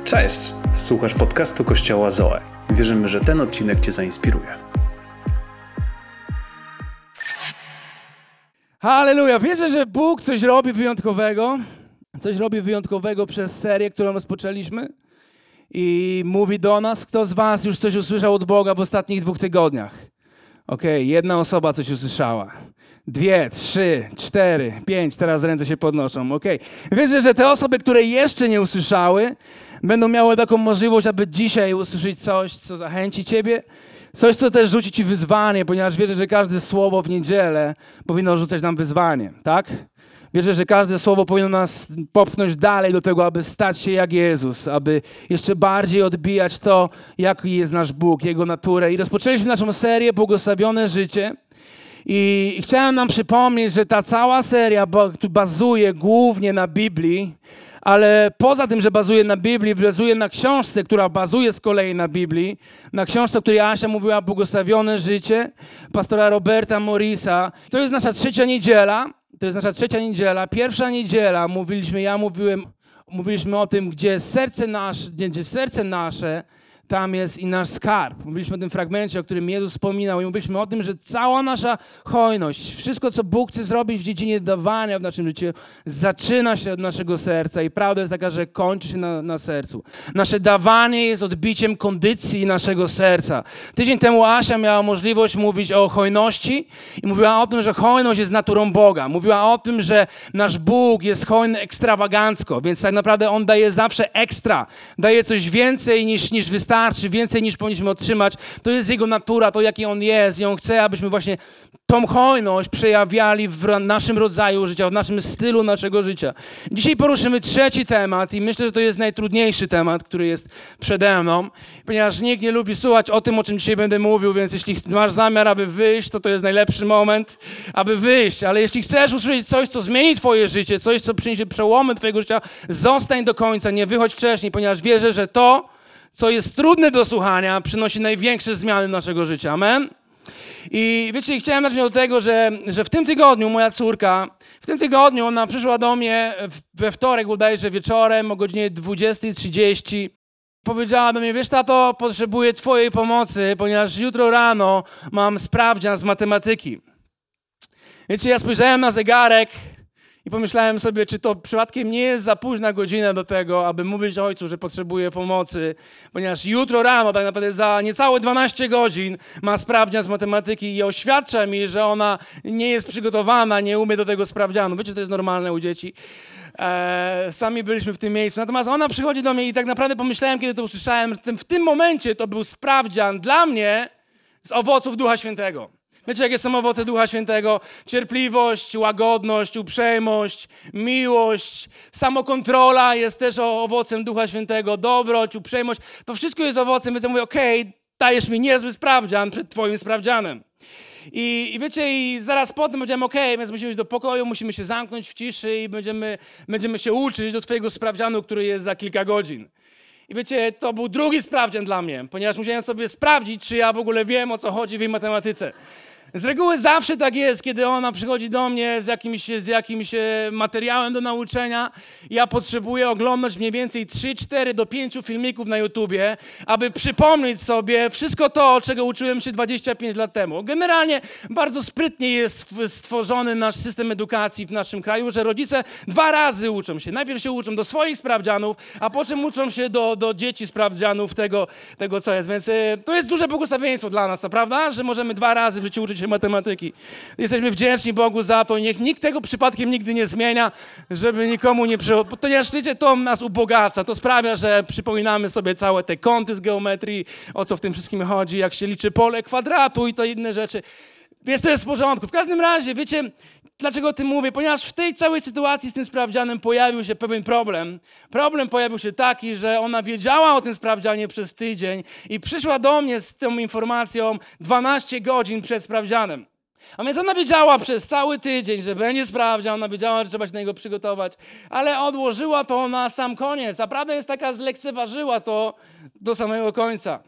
Cześć! Słuchasz podcastu Kościoła Zoe. Wierzymy, że ten odcinek Cię zainspiruje. Halleluja! Wierzę, że Bóg coś robi wyjątkowego. Coś robi wyjątkowego przez serię, którą rozpoczęliśmy. I mówi do nas, kto z was już coś usłyszał od Boga w ostatnich 2 tygodniach. Okej, jedna osoba coś usłyszała. 2, 3, 4, 5, teraz ręce się podnoszą. Okej. Wierzę, że te osoby, które jeszcze nie usłyszały, będą miały taką możliwość, aby dzisiaj usłyszeć coś, co zachęci ciebie. Coś, co też rzuci ci wyzwanie, ponieważ wierzę, że każde słowo w niedzielę powinno rzucać nam wyzwanie, tak? Wierzę, że każde słowo powinno nas popchnąć dalej do tego, aby stać się jak Jezus, aby jeszcze bardziej odbijać to, jaki jest nasz Bóg, Jego naturę. I rozpoczęliśmy naszą serię Błogosławione życie. I chciałem nam przypomnieć, że ta cała seria bazuje głównie na Biblii, ale poza tym, że bazuje na Biblii, bazuje na książce, która bazuje z kolei na Biblii, na książce, o której Asia mówiła, Błogosławione życie, pastora Roberta Morrisa. To jest nasza trzecia niedziela. Pierwsza niedziela mówiliśmy o tym, gdzie serce nasze, tam jest i nasz skarb. Mówiliśmy o tym fragmencie, o którym Jezus wspominał i mówiliśmy o tym, że cała nasza hojność, wszystko, co Bóg chce zrobić w dziedzinie dawania w naszym życiu, zaczyna się od naszego serca i prawda jest taka, że kończy się na sercu. Nasze dawanie jest odbiciem kondycji naszego serca. Tydzień temu Asia miała możliwość mówić o hojności i mówiła o tym, że hojność jest naturą Boga. Mówiła o tym, że nasz Bóg jest hojny ekstrawagancko, więc tak naprawdę On daje zawsze ekstra. Daje coś więcej niż wystarczy, więcej niż powinniśmy otrzymać. To jest Jego natura, to jaki On jest i On chce, abyśmy właśnie tą hojność przejawiali w naszym rodzaju życia, w naszym stylu naszego życia. Dzisiaj poruszymy trzeci temat i myślę, że to jest najtrudniejszy temat, który jest przede mną, ponieważ nikt nie lubi słuchać o tym, o czym dzisiaj będę mówił, więc jeśli masz zamiar, aby wyjść, to jest najlepszy moment, aby wyjść, ale jeśli chcesz usłyszeć coś, co zmieni twoje życie, coś, co przyniesie przełomy twojego życia, zostań do końca, nie wychodź wcześniej, ponieważ wierzę, że to, co jest trudne do słuchania, przynosi największe zmiany naszego życia. Amen? I wiecie, chciałem zacząć od tego, że w tym tygodniu moja córka, ona przyszła do mnie we wtorek bodajże wieczorem o godzinie 20:30. Powiedziała do mnie, wiesz tato, potrzebuję twojej pomocy, ponieważ jutro rano mam sprawdzian z matematyki. Wiecie, ja spojrzałem na zegarek i pomyślałem sobie, czy to przypadkiem nie jest za późna godzina do tego, aby mówić ojcu, że potrzebuje pomocy, ponieważ jutro rano, tak naprawdę za niecałe 12 godzin ma sprawdzian z matematyki i oświadcza mi, że ona nie jest przygotowana, nie umie do tego sprawdzianu. Wiecie, to jest normalne u dzieci. Sami byliśmy w tym miejscu. Natomiast ona przychodzi do mnie i tak naprawdę pomyślałem, kiedy to usłyszałem, że w tym momencie to był sprawdzian dla mnie z owoców Ducha Świętego. Wiecie, jakie są owoce Ducha Świętego? Cierpliwość, łagodność, uprzejmość, miłość, samokontrola jest też owocem Ducha Świętego, dobroć, uprzejmość. To wszystko jest owocem, więc ja mówię, okej, dajesz mi niezły sprawdzian przed twoim sprawdzianem. I wiecie, i zaraz potem powiedziałem, więc musimy iść do pokoju, musimy się zamknąć w ciszy i będziemy się uczyć do twojego sprawdzianu, który jest za kilka godzin. I wiecie, to był drugi sprawdzian dla mnie, ponieważ musiałem sobie sprawdzić, czy ja w ogóle wiem, o co chodzi w jej matematyce. Z reguły zawsze tak jest, kiedy ona przychodzi do mnie z jakimś materiałem do nauczenia. Ja potrzebuję oglądać mniej więcej 3, 4 do 5 filmików na YouTubie, aby przypomnieć sobie wszystko to, czego uczyłem się 25 lat temu. Generalnie bardzo sprytnie jest stworzony nasz system edukacji w naszym kraju, że rodzice 2 razy uczą się. Najpierw się uczą do swoich sprawdzianów, a potem uczą się do dzieci sprawdzianów tego, co jest. Więc to jest duże błogosławieństwo dla nas, prawda? Że możemy 2 razy w życiu uczyć się matematyki. Jesteśmy wdzięczni Bogu za to i niech nikt tego przypadkiem nigdy nie zmienia, żeby nikomu nie przychodziło. Ponieważ wiecie, to nas ubogaca, to sprawia, że przypominamy sobie całe te kąty z geometrii, o co w tym wszystkim chodzi, jak się liczy pole kwadratu i to inne rzeczy. Więc to jest w porządku. W każdym razie, wiecie, dlaczego o tym mówię? Ponieważ w tej całej sytuacji z tym sprawdzianem pojawił się pewien problem. Problem pojawił się taki, że ona wiedziała o tym sprawdzianie przez tydzień i przyszła do mnie z tą informacją 12 godzin przed sprawdzianem. A więc ona wiedziała przez cały tydzień, że będzie sprawdzian, ona wiedziała, że trzeba się na niego przygotować, ale odłożyła to na sam koniec. A prawda jest taka, zlekceważyła to do samego końca.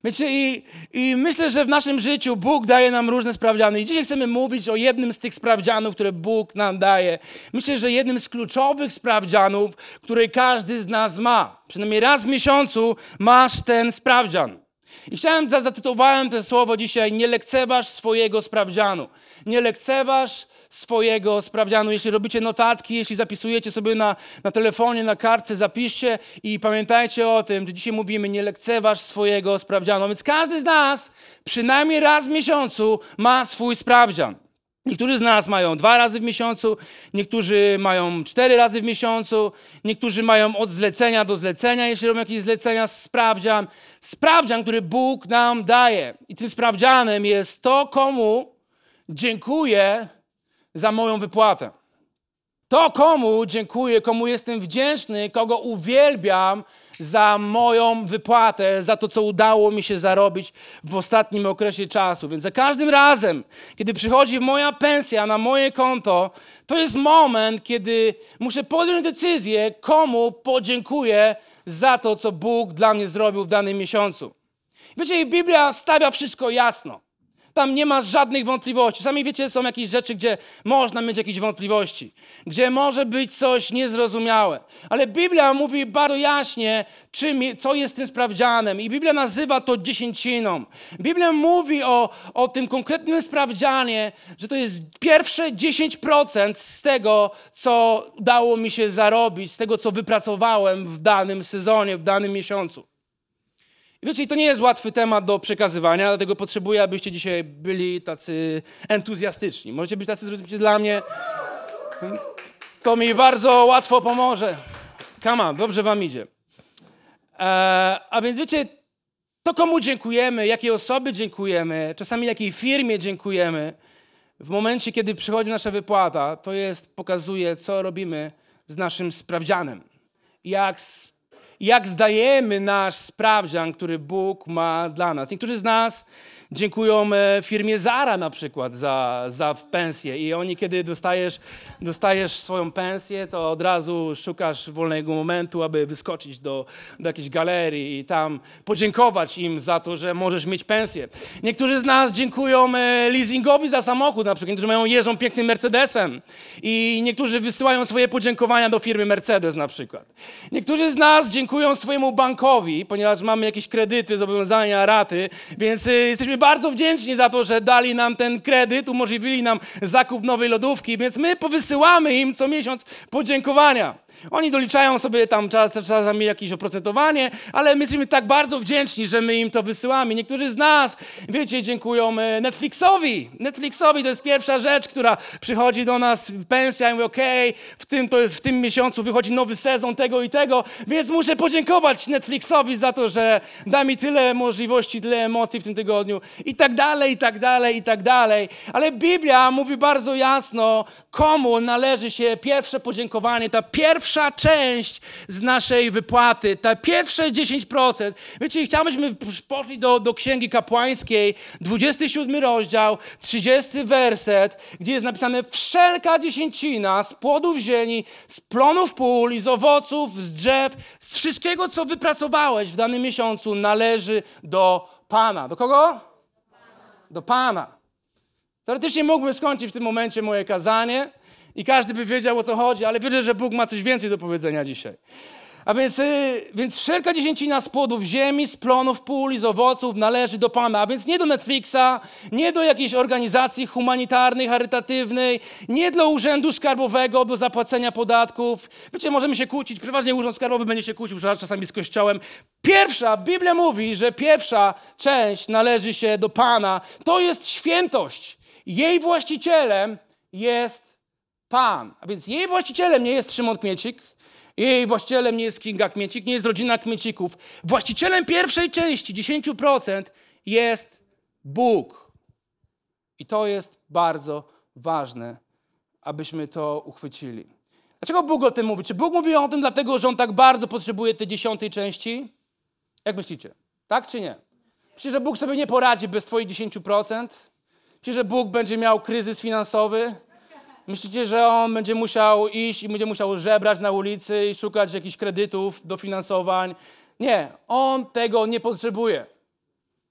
Wiecie, i myślę, że w naszym życiu Bóg daje nam różne sprawdziany. I dzisiaj chcemy mówić o jednym z tych sprawdzianów, które Bóg nam daje. Myślę, że jednym z kluczowych sprawdzianów, który każdy z nas ma. Przynajmniej raz w miesiącu masz ten sprawdzian. I zatytułowałem to słowo dzisiaj: nie lekceważ swojego sprawdzianu. Nie lekceważ swojego sprawdzianu. Jeśli robicie notatki, jeśli zapisujecie sobie na telefonie, na kartce, zapiszcie i pamiętajcie o tym, że dzisiaj mówimy: nie lekceważ swojego sprawdzianu. Więc każdy z nas przynajmniej raz w miesiącu ma swój sprawdzian. Niektórzy z nas mają 2 razy w miesiącu, niektórzy mają 4 razy w miesiącu, niektórzy mają od zlecenia do zlecenia, jeśli robią jakieś zlecenia, sprawdzian. Sprawdzian, który Bóg nam daje. I tym sprawdzianem jest to, komu dziękuję za moją wypłatę. To, komu dziękuję, komu jestem wdzięczny, kogo uwielbiam za moją wypłatę, za to, co udało mi się zarobić w ostatnim okresie czasu. Więc za każdym razem, kiedy przychodzi moja pensja na moje konto, to jest moment, kiedy muszę podjąć decyzję, komu podziękuję za to, co Bóg dla mnie zrobił w danym miesiącu. Wiecie, Biblia stawia wszystko jasno. Tam nie ma żadnych wątpliwości. Sami wiecie, są jakieś rzeczy, gdzie można mieć jakieś wątpliwości, gdzie może być coś niezrozumiałe. Ale Biblia mówi bardzo jaśnie, co jest tym sprawdzianem. I Biblia nazywa to dziesięciną. Biblia mówi o tym konkretnym sprawdzianie, że to jest pierwsze 10% z tego, co udało mi się zarobić, z tego, co wypracowałem w danym sezonie, w danym miesiącu. Wiecie, to nie jest łatwy temat do przekazywania, dlatego potrzebuję, abyście dzisiaj byli tacy entuzjastyczni. Możecie być tacy, zrozumiecie dla mnie. To mi bardzo łatwo pomoże. Come on, dobrze wam idzie. A więc wiecie, to komu dziękujemy, jakiej osobie dziękujemy, czasami jakiej firmie dziękujemy, w momencie, kiedy przychodzi nasza wypłata, to pokazuje, co robimy z naszym sprawdzianem. Jak zdajemy nasz sprawdzian, który Bóg ma dla nas. Niektórzy z nas dziękują firmie Zara na przykład za pensję i oni, kiedy dostajesz swoją pensję, to od razu szukasz wolnego momentu, aby wyskoczyć do jakiejś galerii i tam podziękować im za to, że możesz mieć pensję. Niektórzy z nas dziękują leasingowi za samochód na przykład, niektórzy jeżdżą pięknym Mercedesem i niektórzy wysyłają swoje podziękowania do firmy Mercedes na przykład. Niektórzy z nas dziękują swojemu bankowi, ponieważ mamy jakieś kredyty, zobowiązania, raty, więc jesteśmy bardzo wdzięczni za to, że dali nam ten kredyt, umożliwili nam zakup nowej lodówki, więc my powysyłamy im co miesiąc podziękowania. Oni doliczają sobie tam czasami jakieś oprocentowanie, ale my jesteśmy tak bardzo wdzięczni, że my im to wysyłamy. Niektórzy z nas, wiecie, dziękują Netflixowi. Netflixowi to jest pierwsza rzecz, która przychodzi do nas, pensja, i mówię, okej, w tym miesiącu wychodzi nowy sezon tego i tego, więc muszę podziękować Netflixowi za to, że da mi tyle możliwości, tyle emocji w tym tygodniu i tak dalej, i tak dalej, i tak dalej. Ale Biblia mówi bardzo jasno, komu należy się pierwsze podziękowanie, ta pierwsza część z naszej wypłaty, ta pierwsze 10%. Wiecie, chciałbyśmy poszli do Księgi Kapłańskiej, 27 rozdział, 30 werset, gdzie jest napisane: wszelka dziesięcina z płodów ziemi, z plonów pól i z owoców, z drzew, z wszystkiego, co wypracowałeś w danym miesiącu, należy do Pana. Do kogo? Do Pana. Teoretycznie mógłbym skończyć w tym momencie moje kazanie i każdy by wiedział, o co chodzi, ale wierzę, że Bóg ma coś więcej do powiedzenia dzisiaj. A więc wszelka dziesięcina z płodów ziemi, z plonów pól i z owoców należy do Pana. A więc nie do Netflixa, nie do jakiejś organizacji humanitarnej, charytatywnej, nie dla urzędu skarbowego do zapłacenia podatków. Wiecie, możemy się kłócić, przeważnie urząd skarbowy będzie się kłócił czasami z Kościołem. Biblia mówi, że pierwsza część należy się do Pana. To jest świętość. Jej właścicielem jest Pan. A więc jej właścicielem nie jest Szymon Kmiecik, jej właścicielem nie jest Kinga Kmiecik, nie jest rodzina Kmiecików. Właścicielem pierwszej części, 10%, jest Bóg. I to jest bardzo ważne, abyśmy to uchwycili. Dlaczego Bóg o tym mówi? Czy Bóg mówi o tym dlatego, że On tak bardzo potrzebuje tej 10. części? Jak myślicie? Tak czy nie? Myślicie, że Bóg sobie nie poradzi bez twoich 10%? Myślicie, że Bóg będzie miał kryzys finansowy? Myślicie, że On będzie musiał iść i będzie musiał żebrać na ulicy i szukać jakichś kredytów, dofinansowań? Nie, On tego nie potrzebuje.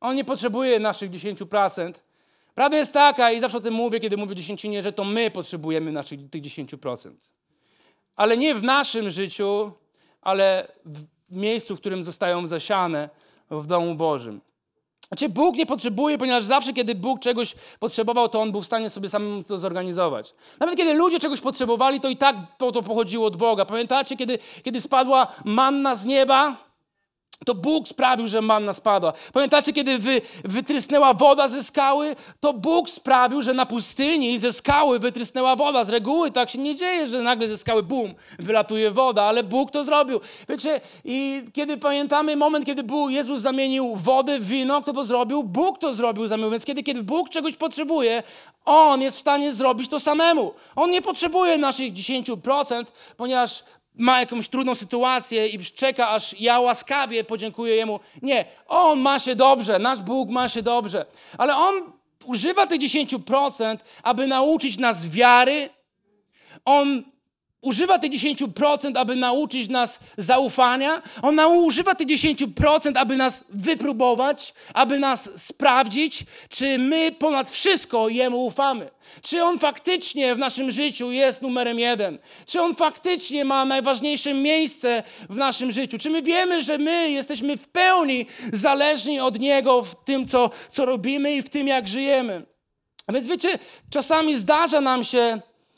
On nie potrzebuje naszych 10%. Prawda jest taka, i zawsze o tym mówię, kiedy mówię o dziesięcinie, że to my potrzebujemy naszych tych 10%. Ale nie w naszym życiu, ale w miejscu, w którym zostają zasiane w domu Bożym. Znaczy Bóg nie potrzebuje, ponieważ zawsze, kiedy Bóg czegoś potrzebował, to On był w stanie sobie sam to zorganizować. Nawet kiedy ludzie czegoś potrzebowali, to i tak to pochodziło od Boga. Pamiętacie, kiedy spadła manna z nieba? To Bóg sprawił, że manna spadła. Pamiętacie, kiedy wytrysnęła woda ze skały? To Bóg sprawił, że na pustyni ze skały wytrysnęła woda. Z reguły tak się nie dzieje, że nagle ze skały bum, wylatuje woda, ale Bóg to zrobił. Wiecie, i kiedy pamiętamy moment, kiedy Jezus zamienił wodę w wino, kto to zrobił? Bóg to zrobił zamienił. Więc kiedy Bóg czegoś potrzebuje, On jest w stanie zrobić to samemu. On nie potrzebuje naszych 10%, ponieważ ma jakąś trudną sytuację i czeka, aż ja łaskawie podziękuję Jemu. Nie, On ma się dobrze, nasz Bóg ma się dobrze. Ale On używa tych 10%, aby nauczyć nas wiary. On używa tych 10%, aby nauczyć nas zaufania. On używa tych 10%, aby nas wypróbować, aby nas sprawdzić, czy my ponad wszystko Jemu ufamy. Czy On faktycznie w naszym życiu jest numerem 1. Czy On faktycznie ma najważniejsze miejsce w naszym życiu. Czy my wiemy, że my jesteśmy w pełni zależni od Niego w tym, co robimy i w tym, jak żyjemy. A więc wiecie, czasami zdarza nam się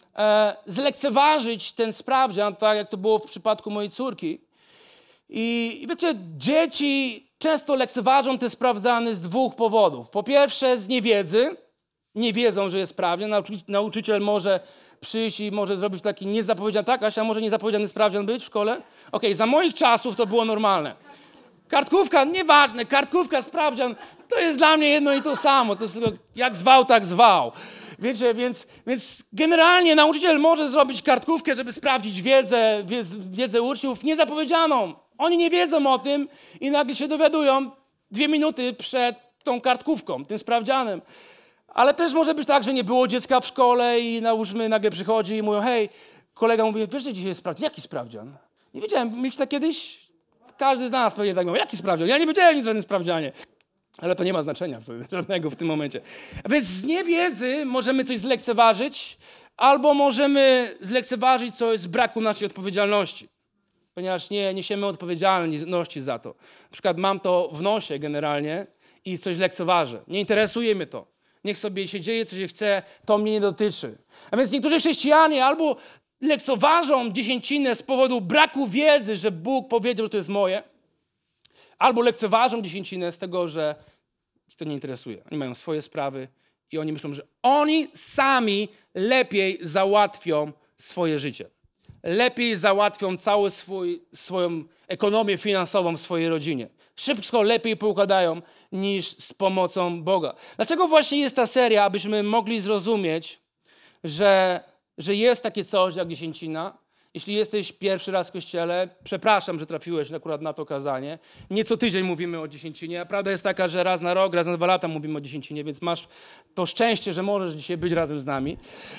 zlekceważyć ten sprawdzian, tak jak to było w przypadku mojej córki. I wiecie, dzieci często lekceważą te sprawdziany z 2 powodów. Po pierwsze z niewiedzy. Nie wiedzą, że jest sprawdzian. Nauczyciel może przyjść i może zrobić taki niezapowiedziany, tak Asia, może niezapowiedziany sprawdzian być w szkole? Okej, za moich czasów to było normalne. Kartkówka, nieważne, kartkówka, sprawdzian, to jest dla mnie jedno i to samo. To jest jak zwał, tak zwał. Wiecie, więc generalnie nauczyciel może zrobić kartkówkę, żeby sprawdzić wiedzę uczniów niezapowiedzianą. Oni nie wiedzą o tym i nagle się dowiadują 2 minuty przed tą kartkówką, tym sprawdzianem. Ale też może być tak, że nie było dziecka w szkole i nagle przychodzi i mówią, hej, kolega mówi, wiesz, że dzisiaj jest sprawdzian? Jaki sprawdzian? Nie wiedziałem, mieliście tak kiedyś? Każdy z nas pewnie tak miał, jaki sprawdzian? Ja nie wiedziałem nic o żadnym sprawdzianie. Ale to nie ma znaczenia żadnego w tym momencie. A więc z niewiedzy możemy coś zlekceważyć, albo możemy zlekceważyć coś z braku naszej odpowiedzialności. Ponieważ nie niesiemy odpowiedzialności za to. Na przykład mam to w nosie generalnie i coś lekceważę. Nie interesuje mnie to. Niech sobie się dzieje, co się chce, to mnie nie dotyczy. A więc niektórzy chrześcijanie albo lekceważą dziesięcinę z powodu braku wiedzy, że Bóg powiedział, że to jest moje, albo lekceważą dziesięcinę z tego, że ich to nie interesuje. Oni mają swoje sprawy i oni myślą, że oni sami lepiej załatwią swoje życie. Lepiej załatwią całą swoją ekonomię finansową w swojej rodzinie. Szybko, lepiej poukładają niż z pomocą Boga. Dlaczego właśnie jest ta seria, abyśmy mogli zrozumieć, że jest takie coś jak dziesięcina? Jeśli jesteś pierwszy raz w Kościele, przepraszam, że trafiłeś akurat na to kazanie. Nie co tydzień mówimy o dziesięcinie, a prawda jest taka, że raz na rok, raz na 2 lata mówimy o dziesięcinie, więc masz to szczęście, że możesz dzisiaj być razem z nami.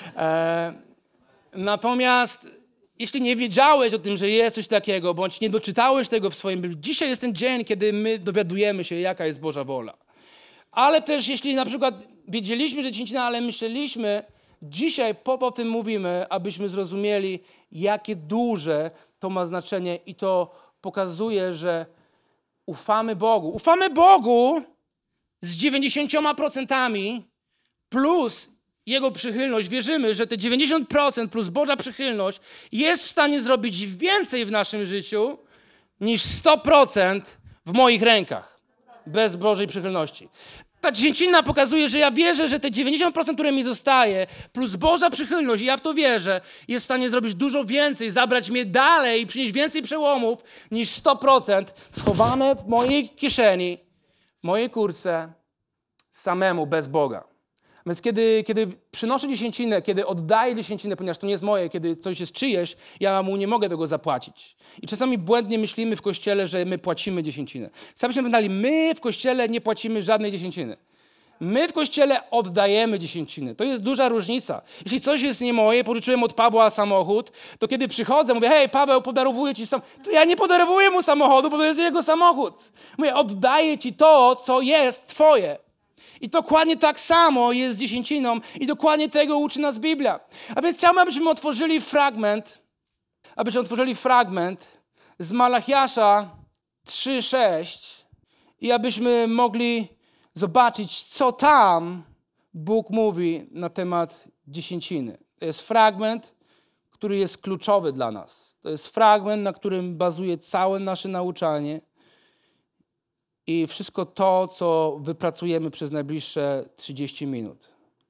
Natomiast jeśli nie wiedziałeś o tym, że jest coś takiego, bądź nie doczytałeś tego w swoim Biblii, dzisiaj jest ten dzień, kiedy my dowiadujemy się, jaka jest Boża wola. Ale też jeśli na przykład wiedzieliśmy, że dziesięcina, ale myśleliśmy, dzisiaj po to o tym mówimy, abyśmy zrozumieli, jakie duże to ma znaczenie i to pokazuje, że ufamy Bogu. Ufamy Bogu z 90% plus Jego przychylność. Wierzymy, że te 90% plus Boża przychylność jest w stanie zrobić więcej w naszym życiu niż 100% w moich rękach bez Bożej przychylności. Ta dziesięcina pokazuje, że ja wierzę, że te 90%, które mi zostaje, plus Boża przychylność, i ja w to wierzę, jest w stanie zrobić dużo więcej, zabrać mnie dalej i przynieść więcej przełomów niż 100% schowane w mojej kieszeni, w mojej kurtce, samemu, bez Boga. Więc kiedy przynoszę dziesięcinę, kiedy oddaję dziesięcinę, ponieważ to nie jest moje, kiedy coś jest czyjeś, ja mu nie mogę tego zapłacić. I czasami błędnie myślimy w Kościele, że my płacimy dziesięcinę. Chcę, byśmy pamiętali, my w Kościele nie płacimy żadnej dziesięciny. My w Kościele oddajemy dziesięciny. To jest duża różnica. Jeśli coś jest nie moje, pożyczyłem od Pawła samochód, to kiedy przychodzę, mówię, hej, Paweł, podarowuję ci samochód. To ja nie podarowuję mu samochodu, bo to jest jego samochód. Mówię, oddaję ci to, co jest twoje. I dokładnie tak samo jest z dziesięciną i dokładnie tego uczy nas Biblia. A więc chciałbym, abyśmy otworzyli fragment z Malachiasza 3:6 i abyśmy mogli zobaczyć, co tam Bóg mówi na temat dziesięciny. To jest fragment, który jest kluczowy dla nas. To jest fragment, na którym bazuje całe nasze nauczanie i wszystko to, co wypracujemy przez najbliższe 30 minut.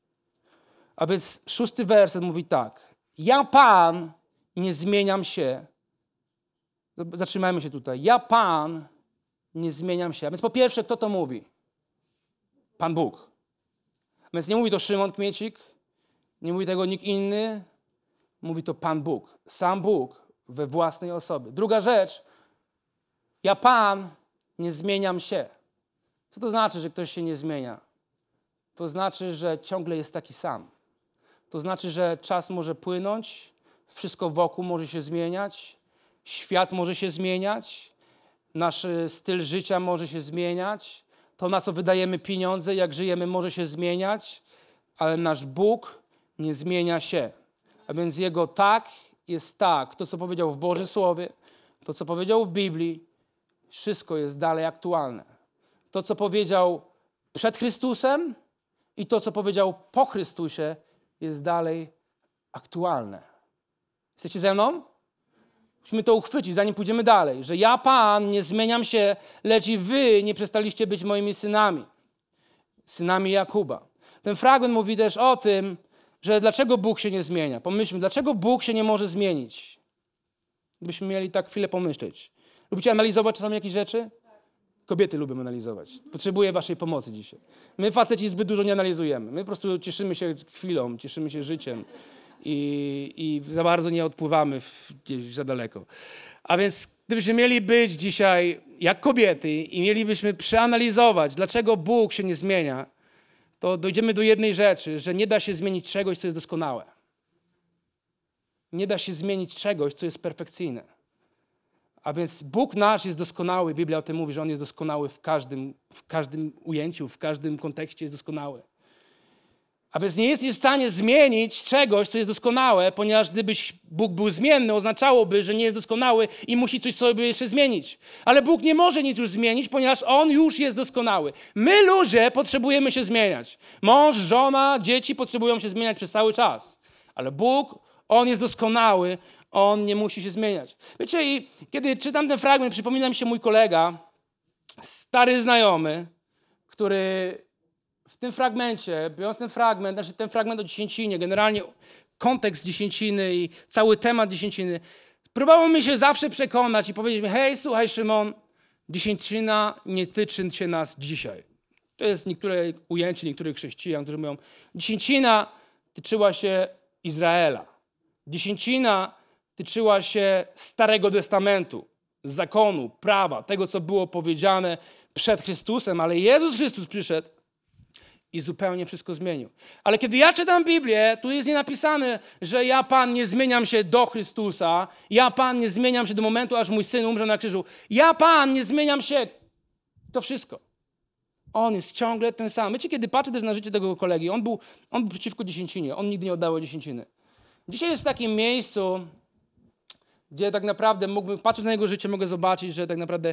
A więc 6 werset mówi tak. Ja, Pan, nie zmieniam się. Zatrzymajmy się tutaj. Ja, Pan, nie zmieniam się. A więc po pierwsze, kto to mówi? Pan Bóg. A więc nie mówi to Szymon Kmiecik, nie mówi tego nikt inny, mówi to Pan Bóg. Sam Bóg we własnej osobie. Druga rzecz, ja, Pan, nie zmieniam się. Co to znaczy, że ktoś się nie zmienia? To znaczy, że ciągle jest taki sam. To znaczy, że czas może płynąć, wszystko wokół może się zmieniać, świat może się zmieniać, nasz styl życia może się zmieniać, to, na co wydajemy pieniądze, jak żyjemy, może się zmieniać, ale nasz Bóg nie zmienia się. A więc Jego tak jest tak. To, co powiedział w Bożym Słowie, to, co powiedział w Biblii, wszystko jest dalej aktualne. To, co powiedział przed Chrystusem i to, co powiedział po Chrystusie, jest dalej aktualne. Jesteście ze mną? Musimy to uchwycić, zanim pójdziemy dalej. Że ja, Pan, nie zmieniam się, lecz i wy nie przestaliście być moimi synami. Synami Jakuba. Ten fragment mówi też o tym, że dlaczego Bóg się nie zmienia. Pomyślmy, dlaczego Bóg się nie może zmienić. Gdybyśmy mieli tak chwilę pomyśleć. Lubicie analizować czasami jakieś rzeczy? Kobiety lubią analizować. Potrzebuję waszej pomocy dzisiaj. My, faceci, zbyt dużo nie analizujemy. My po prostu cieszymy się chwilą, cieszymy się życiem i za bardzo nie odpływamy gdzieś za daleko. A więc gdybyśmy mieli być dzisiaj jak kobiety i mielibyśmy przeanalizować, dlaczego Bóg się nie zmienia, to dojdziemy do jednej rzeczy, że nie da się zmienić czegoś, co jest doskonałe. Nie da się zmienić czegoś, co jest perfekcyjne. A więc Bóg nasz jest doskonały. Biblia o tym mówi, że On jest doskonały w każdym ujęciu, w każdym kontekście jest doskonały. A więc nie jesteś w stanie zmienić czegoś, co jest doskonałe, ponieważ gdybyś Bóg był zmienny, oznaczałoby, że nie jest doskonały i musi coś sobie jeszcze zmienić. Ale Bóg nie może nic już zmienić, ponieważ On już jest doskonały. My, ludzie, potrzebujemy się zmieniać. Mąż, żona, dzieci potrzebują się zmieniać przez cały czas. Ale Bóg, On jest doskonały, On nie musi się zmieniać. Wiecie, i kiedy czytam ten fragment, przypomina mi się mój kolega, stary znajomy, który w tym fragmencie, biorąc ten fragment o dziesięcinie, generalnie kontekst dziesięciny i cały temat dziesięciny, próbował mi się zawsze przekonać i powiedzieć mi, hej, słuchaj, Szymon, dziesięcina nie tyczy się nas dzisiaj. To jest niektóre ujęcie niektórych chrześcijan, którzy mówią, dziesięcina tyczyła się Izraela. Dziesięcina tyczyła się Starego Testamentu, zakonu, prawa, tego, co było powiedziane przed Chrystusem, ale Jezus Chrystus przyszedł i zupełnie wszystko zmienił. Ale kiedy ja czytam Biblię, tu jest nie napisane, że ja, Pan, nie zmieniam się do Chrystusa, ja, Pan, nie zmieniam się do momentu, aż mój syn umrze na krzyżu. Ja, Pan, nie zmieniam się. To wszystko. On jest ciągle ten sam. Wiecie, kiedy patrzę też na życie tego kolegi, on był przeciwko dziesięcinie. On nigdy nie oddawał dziesięciny. Dzisiaj jest w takim miejscu, gdzie tak naprawdę patrząc na jego życie, mogę zobaczyć, że tak naprawdę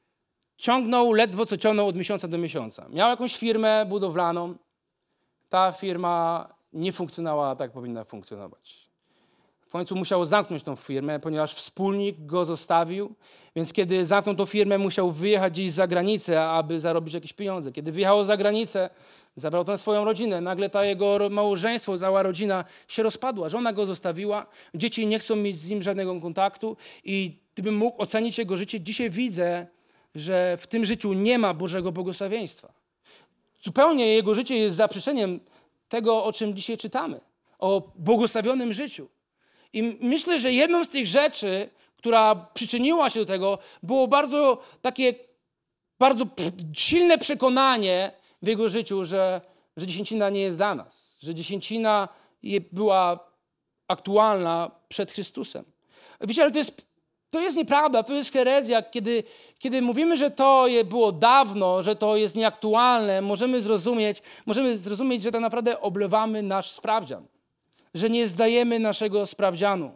ledwo co ciągnął od miesiąca do miesiąca. Miał jakąś firmę budowlaną. Ta firma nie funkcjonowała tak, jak powinna funkcjonować. W końcu musiał zamknąć tą firmę, ponieważ wspólnik go zostawił, więc kiedy zamknął tą firmę, musiał wyjechać gdzieś za granicę, aby zarobić jakieś pieniądze. Kiedy wyjechał za granicę, zabrał tam swoją rodzinę. Nagle ta jego małżeństwo, cała rodzina się rozpadła. Żona go zostawiła, dzieci nie chcą mieć z nim żadnego kontaktu i gdybym mógł ocenić jego życie, dzisiaj widzę, że w tym życiu nie ma Bożego błogosławieństwa. Zupełnie jego życie jest zaprzeczeniem tego, o czym dzisiaj czytamy. O błogosławionym życiu. I myślę, że jedną z tych rzeczy, która przyczyniła się do tego, było bardzo silne przekonanie, w jego życiu, że dziesięcina nie jest dla nas, że dziesięcina była aktualna przed Chrystusem. Wiecie, ale to jest nieprawda, to jest herezja. Kiedy mówimy, że to było dawno, że to jest nieaktualne, możemy zrozumieć, że tak naprawdę oblewamy nasz sprawdzian, że nie zdajemy naszego sprawdzianu.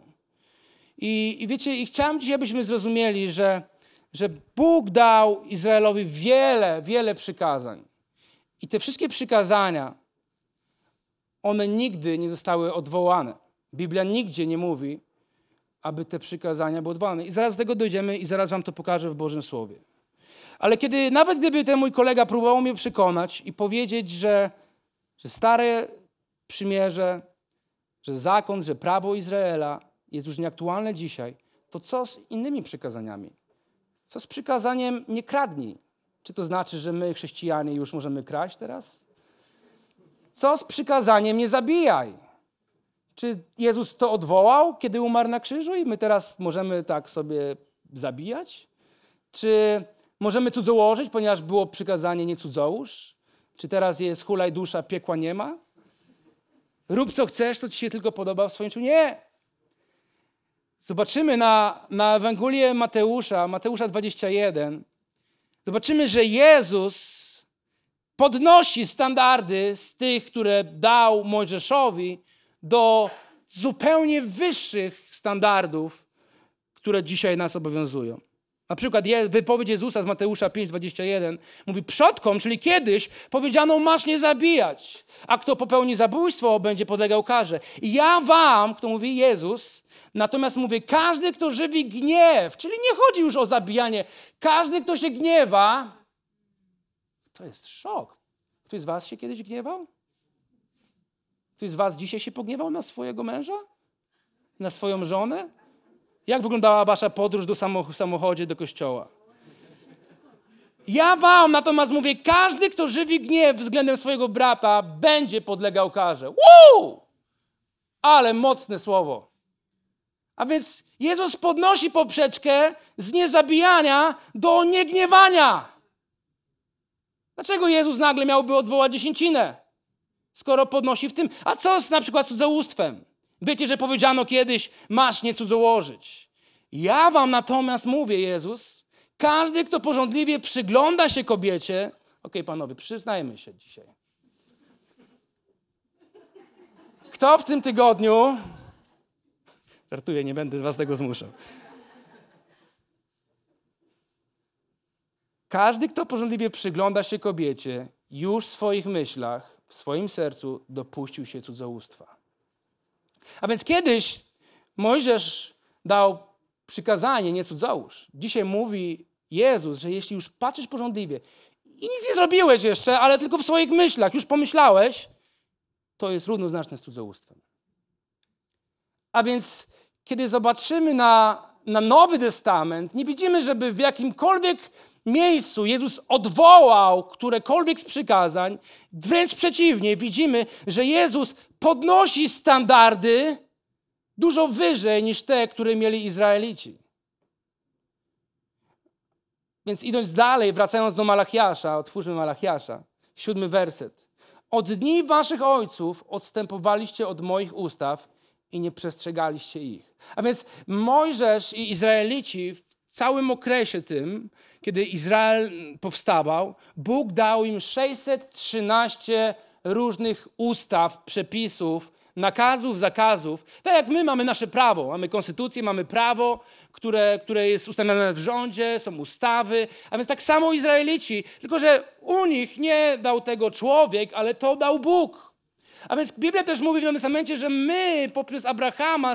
I wiecie, i chciałem dzisiaj, abyśmy zrozumieli, że Bóg dał Izraelowi wiele przykazań. I te wszystkie przykazania, one nigdy nie zostały odwołane. Biblia nigdzie nie mówi, aby te przykazania były odwołane. I zaraz do tego dojdziemy i zaraz wam to pokażę w Bożym Słowie. Ale nawet gdyby ten mój kolega próbował mnie przekonać i powiedzieć, że stare przymierze, że zakon, że prawo Izraela jest już nieaktualne dzisiaj, to co z innymi przykazaniami? Co z przykazaniem nie kradnij? Czy to znaczy, że my, chrześcijanie, już możemy kraść teraz? Co z przykazaniem nie zabijaj? Czy Jezus to odwołał, kiedy umarł na krzyżu i my teraz możemy tak sobie zabijać? Czy możemy cudzołożyć, ponieważ było przykazanie nie cudzołóż? Czy teraz jest hulaj dusza, piekła nie ma? Rób co chcesz, co ci się tylko podoba w swoim życiu? Nie! Zobaczymy na Ewangelię Mateusza 21, zobaczymy, że Jezus podnosi standardy z tych, które dał Mojżeszowi, do zupełnie wyższych standardów, które dzisiaj nas obowiązują. Na przykład wypowiedź Jezusa z Mateusza 5:21 mówi: przodkom, czyli kiedyś, powiedziano, masz nie zabijać, a kto popełni zabójstwo, będzie podlegał karze. I ja wam, kto mówi Jezus, natomiast mówię, każdy, kto żywi gniew, czyli nie chodzi już o zabijanie, każdy, kto się gniewa, to jest szok. Ktoś z was się kiedyś gniewał? Ktoś z was dzisiaj się pogniewał na swojego męża? Na swoją żonę? Jak wyglądała wasza podróż w samochodzie do kościoła? Ja wam natomiast mówię, każdy, kto żywi gniew względem swojego brata, będzie podlegał karze. Ale mocne słowo. A więc Jezus podnosi poprzeczkę z niezabijania do niegniewania. Dlaczego Jezus nagle miałby odwołać dziesięcinę, skoro podnosi w tym? A co na przykład z cudzołóstwem? Wiecie, że powiedziano kiedyś, masz nie cudzołożyć. Ja wam natomiast mówię, Jezus, każdy, kto pożądliwie przygląda się kobiecie, okej, panowie, przyznajmy się dzisiaj. Kto w tym tygodniu, żartuję, nie będę was tego zmuszał. Każdy, kto pożądliwie przygląda się kobiecie, już w swoich myślach, w swoim sercu dopuścił się cudzołóstwa. A więc kiedyś Mojżesz dał przykazanie, nie cudzołóż. Dzisiaj mówi Jezus, że jeśli już patrzysz pożądliwie i nic nie zrobiłeś jeszcze, ale tylko w swoich myślach już pomyślałeś, to jest równoznaczne z cudzołóstwem. A więc kiedy zobaczymy na Nowy Testament, nie widzimy, żeby w jakimkolwiek miejscu Jezus odwołał którekolwiek z przykazań. Wręcz przeciwnie, widzimy, że Jezus podnosi standardy dużo wyżej niż te, które mieli Izraelici. Więc idąc dalej, wracając do Malachiasza, otwórzmy Malachiasza, 7 werset. Od dni waszych ojców odstępowaliście od moich ustaw i nie przestrzegaliście ich. A więc Mojżesz i Izraelici w całym okresie tym, kiedy Izrael powstawał, Bóg dał im 613 różnych ustaw, przepisów, nakazów, zakazów. Tak jak my mamy nasze prawo, mamy konstytucję, mamy prawo, które jest ustanowione w rządzie, są ustawy, a więc tak samo Izraelici, tylko że u nich nie dał tego człowiek, ale to dał Bóg. A więc Biblia też mówi w Nowym Testamencie, że my poprzez Abrahama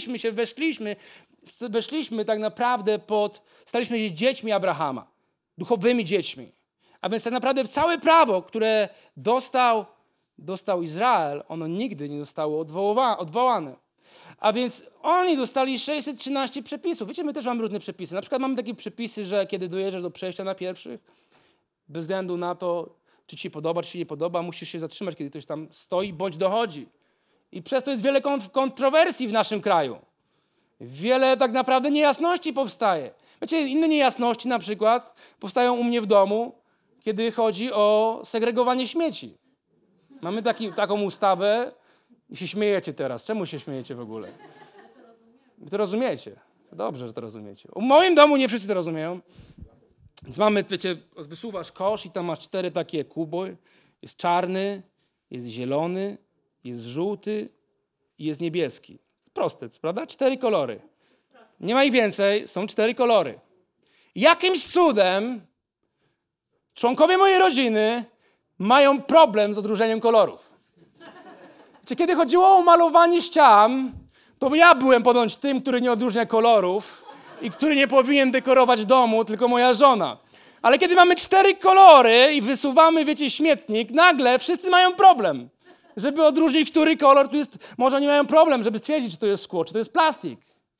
weszliśmy tak naprawdę staliśmy się dziećmi Abrahama, duchowymi dziećmi. A więc tak naprawdę całe prawo, które dostał Izrael, ono nigdy nie zostało odwołane. A więc oni dostali 613 przepisów. Wiecie, my też mamy różne przepisy. Na przykład mamy takie przepisy, że kiedy dojeżdżasz do przejścia na pierwszych, bez względu na to, czy ci się podoba, czy ci nie podoba, musisz się zatrzymać, kiedy ktoś tam stoi, bądź dochodzi. I przez to jest wiele kontrowersji w naszym kraju. Wiele tak naprawdę niejasności powstaje. Wiecie, inne niejasności na przykład powstają u mnie w domu, kiedy chodzi o segregowanie śmieci. Mamy taką ustawę i się śmiejecie teraz. Czemu się śmiejecie w ogóle? Wy to rozumiecie. To dobrze, że to rozumiecie. W moim domu nie wszyscy to rozumieją. Więc mamy, wiecie, wysuwasz kosz i tam masz 4 takie kuby. Jest czarny, jest zielony, jest żółty i jest niebieski. Proste, prawda? 4 kolory. Nie ma ich więcej, są 4 kolory. Jakimś cudem członkowie mojej rodziny mają problem z odróżnieniem kolorów. Wiecie, kiedy chodziło o malowanie ścian, to ja byłem ponoć tym, który nie odróżnia kolorów i który nie powinien dekorować domu, tylko moja żona. Ale kiedy mamy 4 kolory i wysuwamy, wiecie, śmietnik, nagle wszyscy mają problem. Żeby odróżnić, który kolor tu jest, może oni mają problem, żeby stwierdzić, czy to jest szkło, czy to jest plastik.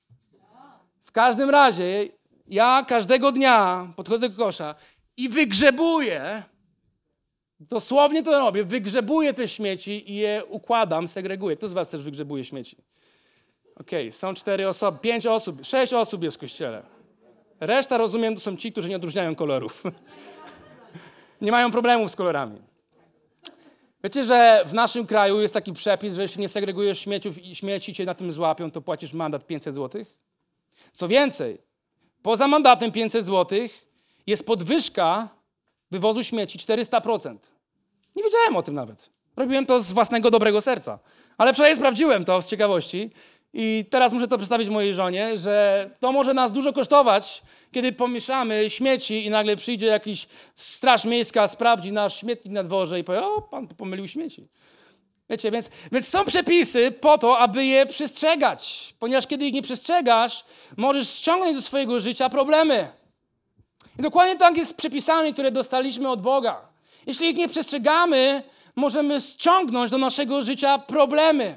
W każdym razie ja każdego dnia podchodzę do kosza i wygrzebuję, dosłownie to robię, wygrzebuję te śmieci i je układam, segreguję. Kto z was też wygrzebuje śmieci? Okej, są 4 osoby, 5 osób, 6 osób jest w kościele. Reszta, rozumiem, to są ci, którzy nie odróżniają kolorów. Nie mają problemów z kolorami. Wiecie, że w naszym kraju jest taki przepis, że jeśli nie segregujesz śmieciów i śmieci cię na tym złapią, to płacisz mandat 500 zł? Co więcej, poza mandatem 500 zł jest podwyżka wywozu śmieci 400%. Nie wiedziałem o tym nawet. Robiłem to z własnego dobrego serca. Ale wczoraj sprawdziłem to z ciekawości i teraz muszę to przedstawić mojej żonie, że to może nas dużo kosztować, kiedy pomieszamy śmieci i nagle przyjdzie jakiś straż miejska, sprawdzi nasz śmietnik na dworze i powie, o, pan tu pomylił śmieci. Wiecie, więc są przepisy po to, aby je przestrzegać. Ponieważ kiedy ich nie przestrzegasz, możesz ściągnąć do swojego życia problemy. I dokładnie tak jest z przepisami, które dostaliśmy od Boga. Jeśli ich nie przestrzegamy, możemy ściągnąć do naszego życia problemy.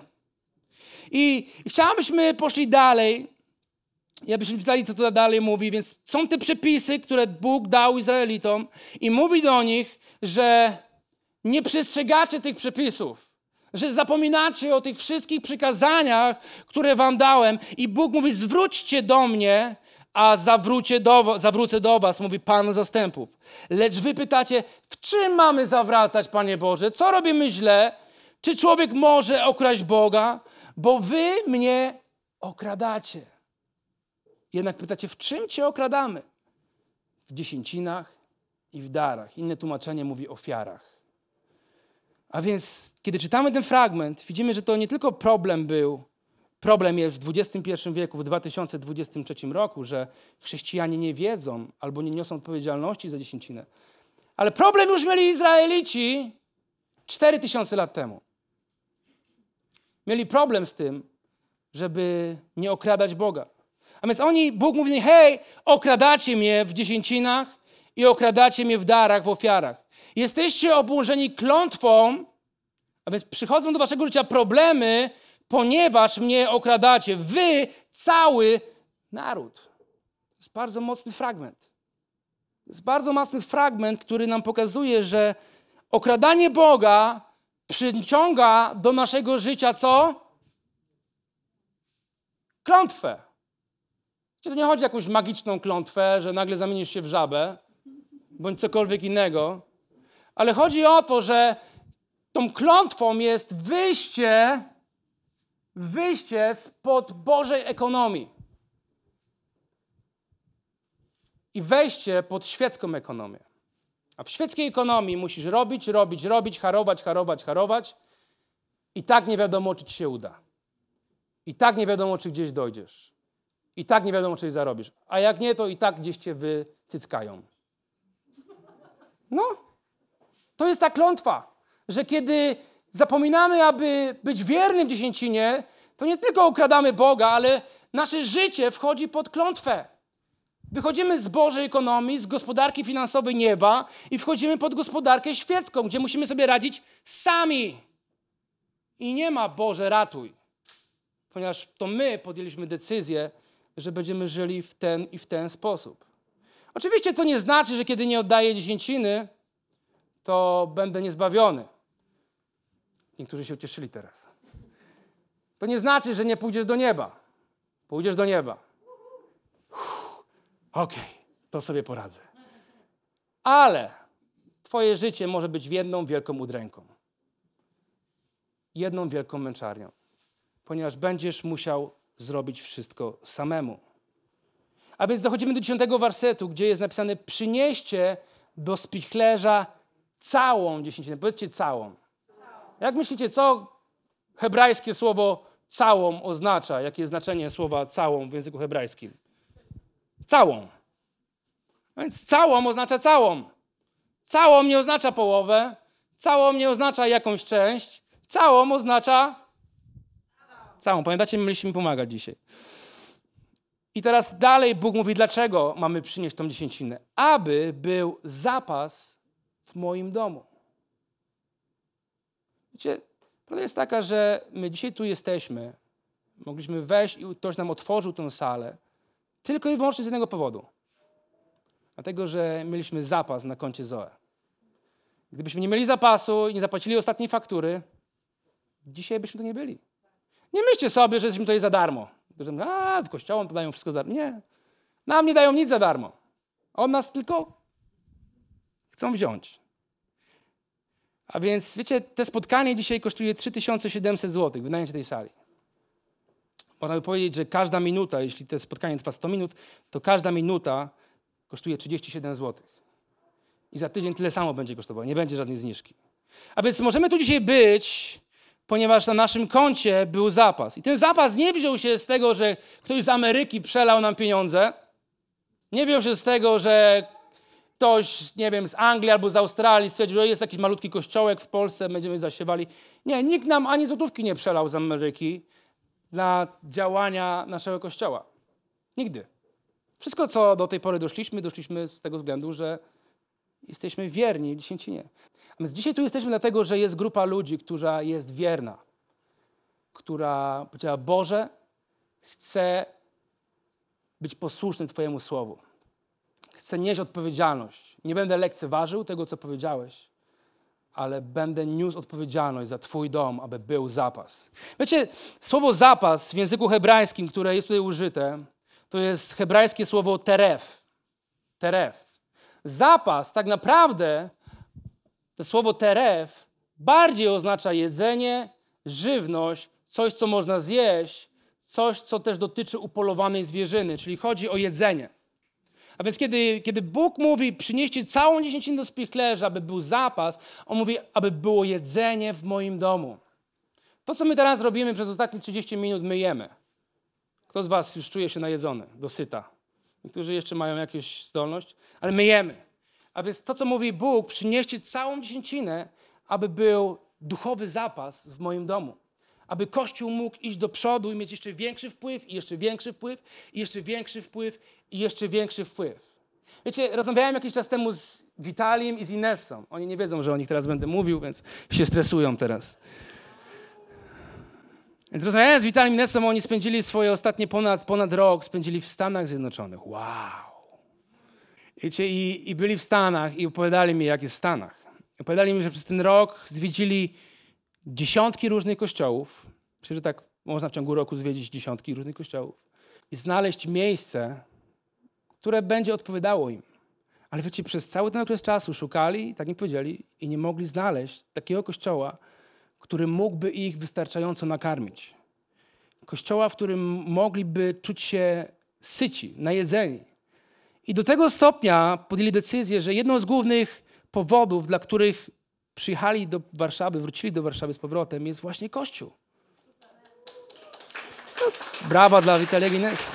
I chciałbyśmy poszli dalej. Ja byśmy czytali, co tu dalej mówi. Więc są te przepisy, które Bóg dał Izraelitom i mówi do nich, że nie przestrzegacie tych przepisów. Że zapominacie o tych wszystkich przykazaniach, które wam dałem. I Bóg mówi, zwróćcie do mnie, a zawrócę do was, mówi Pan zastępów. Lecz wy pytacie, w czym mamy zawracać, Panie Boże? Co robimy źle? Czy człowiek może okraść Boga? Bo wy mnie okradacie. Jednak pytacie, w czym cię okradamy? W dziesięcinach i w darach. Inne tłumaczenie mówi ofiarach. A więc, kiedy czytamy ten fragment, widzimy, że to nie tylko problem jest w XXI wieku, w 2023 roku, że chrześcijanie nie wiedzą albo nie niosą odpowiedzialności za dziesięcinę. Ale problem już mieli Izraelici 4000 lat temu. Mieli problem z tym, żeby nie okradać Boga. A więc Bóg mówi, hej, okradacie mnie w dziesięcinach i okradacie mnie w darach, w ofiarach. Jesteście obłożeni klątwą, a więc przychodzą do waszego życia problemy, ponieważ mnie okradacie. Wy, cały naród. To jest bardzo mocny fragment. To jest bardzo mocny fragment, który nam pokazuje, że okradanie Boga przyciąga do naszego życia co? Klątwę. To nie chodzi o jakąś magiczną klątwę, że nagle zamienisz się w żabę, bądź cokolwiek innego, ale chodzi o to, że tą klątwą jest wyjście spod Bożej ekonomii i wejście pod świecką ekonomię. A w świeckiej ekonomii musisz robić, harować i tak nie wiadomo, czy ci się uda. I tak nie wiadomo, czy gdzieś dojdziesz. I tak nie wiadomo, czy coś zarobisz. A jak nie, to i tak gdzieś cię wycyckają. No, to jest ta klątwa, że kiedy zapominamy, aby być wiernym w dziesięcinie, to nie tylko okradamy Boga, ale nasze życie wchodzi pod klątwę. Wychodzimy z Bożej ekonomii, z gospodarki finansowej nieba i wchodzimy pod gospodarkę świecką, gdzie musimy sobie radzić sami. I nie ma Boże ratuj, ponieważ to my podjęliśmy decyzję, że będziemy żyli w ten sposób. Oczywiście to nie znaczy, że kiedy nie oddaję dziesięciny, to będę niezbawiony. Niektórzy się ucieszyli teraz. To nie znaczy, że nie pójdziesz do nieba. Pójdziesz do nieba. Okej, to sobie poradzę. Ale twoje życie może być jedną wielką udręką. Jedną wielką męczarnią. Ponieważ będziesz musiał zrobić wszystko samemu. A więc dochodzimy do 10 wersetu, gdzie jest napisane: przynieście do spichlerza całą dziesięcinę. Powiedzcie całą. Jak myślicie, co hebrajskie słowo całą oznacza? Jakie jest znaczenie słowa całą w języku hebrajskim? Całą. A więc całą oznacza całą. Całą nie oznacza połowę. Całą nie oznacza jakąś część. Całą oznacza całą. Pamiętacie, my mieliśmy pomagać dzisiaj. I teraz dalej Bóg mówi, dlaczego mamy przynieść tą dziesięcinę? Aby był zapas w moim domu. Wiecie, prawda jest taka, że my dzisiaj tu jesteśmy, mogliśmy wejść i ktoś nam otworzył tę salę tylko i wyłącznie z jednego powodu. Dlatego, że mieliśmy zapas na koncie Zoe. Gdybyśmy nie mieli zapasu i nie zapłacili ostatniej faktury, dzisiaj byśmy tu nie byli. Nie myślcie sobie, że jesteśmy tutaj za darmo. W kościołom to dają wszystko za darmo. Nie. Nam nie dają nic za darmo. Od nas tylko chcą wziąć. A więc, wiecie, te spotkanie dzisiaj kosztuje 3700 zł, wynajęcie tej sali. Można by powiedzieć, że każda minuta, jeśli to spotkanie trwa 100 minut, to każda minuta kosztuje 37 zł. I za tydzień tyle samo będzie kosztowało, nie będzie żadnej zniżki. A więc możemy tu dzisiaj być, ponieważ na naszym koncie był zapas. I ten zapas nie wziął się z tego, że ktoś z Ameryki przelał nam pieniądze. Nie wziął się z tego, że ktoś, nie wiem, z Anglii albo z Australii stwierdził, że jest jakiś malutki kościołek w Polsce, będziemy zasiewali. Nie, nikt nam ani złotówki nie przelał z Ameryki dla działania naszego kościoła. Nigdy. Wszystko, co do tej pory doszliśmy z tego względu, że jesteśmy wierni dziesięcinie. A więc dzisiaj tu jesteśmy dlatego, że jest grupa ludzi, która jest wierna, która powiedziała: Boże, chcę być posłuszny Twojemu słowu. Chcę nieść odpowiedzialność. Nie będę lekceważył tego, co powiedziałeś, ale będę niósł odpowiedzialność za Twój dom, aby był zapas. Wiecie, słowo zapas w języku hebrajskim, które jest tutaj użyte, to jest hebrajskie słowo teref. Teref. Zapas tak naprawdę, to słowo teref, bardziej oznacza jedzenie, żywność, coś, co można zjeść, coś, co też dotyczy upolowanej zwierzyny, czyli chodzi o jedzenie. A więc kiedy Bóg mówi, przynieście całą dziesięcinę do spichlerza, aby był zapas, On mówi, aby było jedzenie w moim domu. To, co my teraz robimy przez ostatnie 30 minut, my jemy. Kto z was już czuje się najedzony, dosyta? Niektórzy jeszcze mają jakąś zdolność, ale my jemy. A więc to, co mówi Bóg, przynieście całą dziesięcinę, aby był duchowy zapas w moim domu. Aby Kościół mógł iść do przodu i mieć jeszcze większy wpływ, i jeszcze większy wpływ, i jeszcze większy wpływ, i jeszcze większy wpływ. Wiecie, rozmawiałem jakiś czas temu z Witaliem i z Inessą. Oni nie wiedzą, że o nich teraz będę mówił, więc się stresują teraz. Więc rozmawiałem z Witalem i Inessą, oni spędzili swoje ostatnie ponad rok, spędzili w Stanach Zjednoczonych. Wow! Wiecie, i byli w Stanach i opowiadali mi, jak jest w Stanach. Opowiadali mi, że przez ten rok zwiedzili dziesiątki różnych kościołów. Myślę, że tak można w ciągu roku zwiedzić dziesiątki różnych kościołów i znaleźć miejsce, które będzie odpowiadało im. Ale wiecie, przez cały ten okres czasu szukali, tak mi powiedzieli, i nie mogli znaleźć takiego kościoła, który mógłby ich wystarczająco nakarmić. Kościoła, w którym mogliby czuć się syci, najedzeni. I do tego stopnia podjęli decyzję, że jedną z głównych powodów, dla których przyjechali do Warszawy, wrócili do Warszawy z powrotem, jest właśnie Kościół. Brawa dla Witaliego Inessy.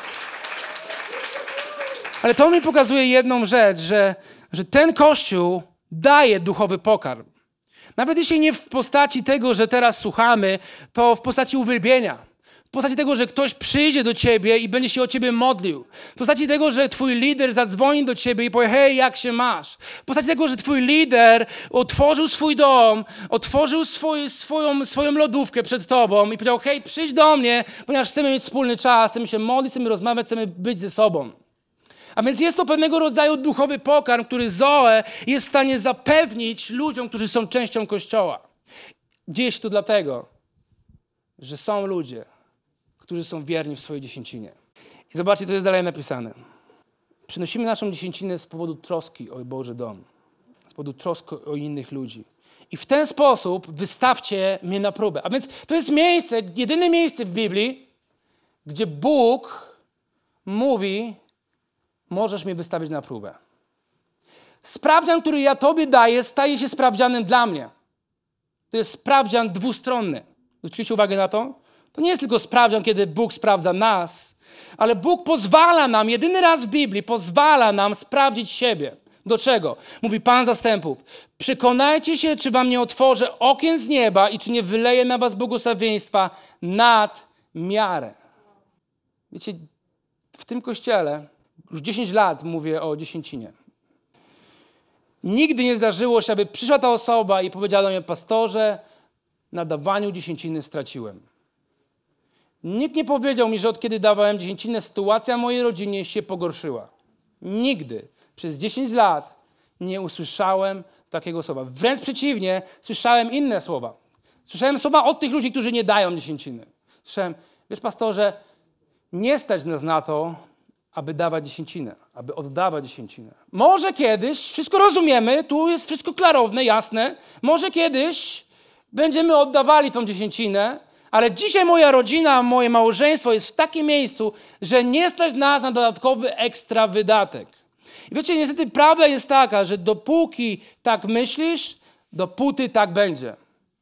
Ale to mi pokazuje jedną rzecz, że ten Kościół daje duchowy pokarm. Nawet jeśli nie w postaci tego, że teraz słuchamy, to w postaci uwielbienia. W postaci tego, że ktoś przyjdzie do ciebie i będzie się o ciebie modlił. W postaci tego, że twój lider zadzwoni do ciebie i powie: hej, jak się masz? W postaci tego, że twój lider otworzył swój dom, otworzył swoją lodówkę przed tobą i powiedział: hej, przyjdź do mnie, ponieważ chcemy mieć wspólny czas, chcemy się modlić, chcemy rozmawiać, chcemy być ze sobą. A więc jest to pewnego rodzaju duchowy pokarm, który Zoe jest w stanie zapewnić ludziom, którzy są częścią Kościoła. Dzieje się to dlatego, że są ludzie, którzy są wierni w swojej dziesięcinie. I zobaczcie, co jest dalej napisane. Przynosimy naszą dziesięcinę z powodu troski o Boży dom. powodu troski o innych ludzi. I w ten sposób wystawcie mnie na próbę. A więc to jest miejsce, jedyne miejsce w Biblii, gdzie Bóg mówi, możesz mnie wystawić na próbę. Sprawdzian, który ja tobie daję, staje się sprawdzianem dla mnie. To jest sprawdzian dwustronny. Zwróćcie uwagę na to? To nie jest tylko sprawdzian, kiedy Bóg sprawdza nas, ale Bóg pozwala nam, jedyny raz w Biblii, pozwala nam sprawdzić siebie. Do czego? Mówi Pan zastępów. Przekonajcie się, czy wam nie otworzę okien z nieba i czy nie wyleję na was błogosławieństwa nad miarę. Wiecie, w tym kościele już 10 lat mówię o dziesięcinie. Nigdy nie zdarzyło się, aby przyszła ta osoba i powiedziała do mnie, pastorze, na dawaniu dziesięciny straciłem. Nikt nie powiedział mi, że od kiedy dawałem dziesięcinę, sytuacja w mojej rodzinie się pogorszyła. Nigdy. Przez 10 lat nie usłyszałem takiego słowa. Wręcz przeciwnie, słyszałem inne słowa. Słyszałem słowa od tych ludzi, którzy nie dają dziesięciny. Słyszałem, wiesz pastorze, nie stać nas na to, aby dawać dziesięcinę, aby oddawać dziesięcinę. Może kiedyś, wszystko rozumiemy, tu jest wszystko klarowne, jasne, może kiedyś będziemy oddawali tą dziesięcinę, ale dzisiaj moja rodzina, moje małżeństwo jest w takim miejscu, że nie stać nas na dodatkowy ekstra wydatek. I wiecie, niestety prawda jest taka, że dopóki tak myślisz, dopóty tak będzie.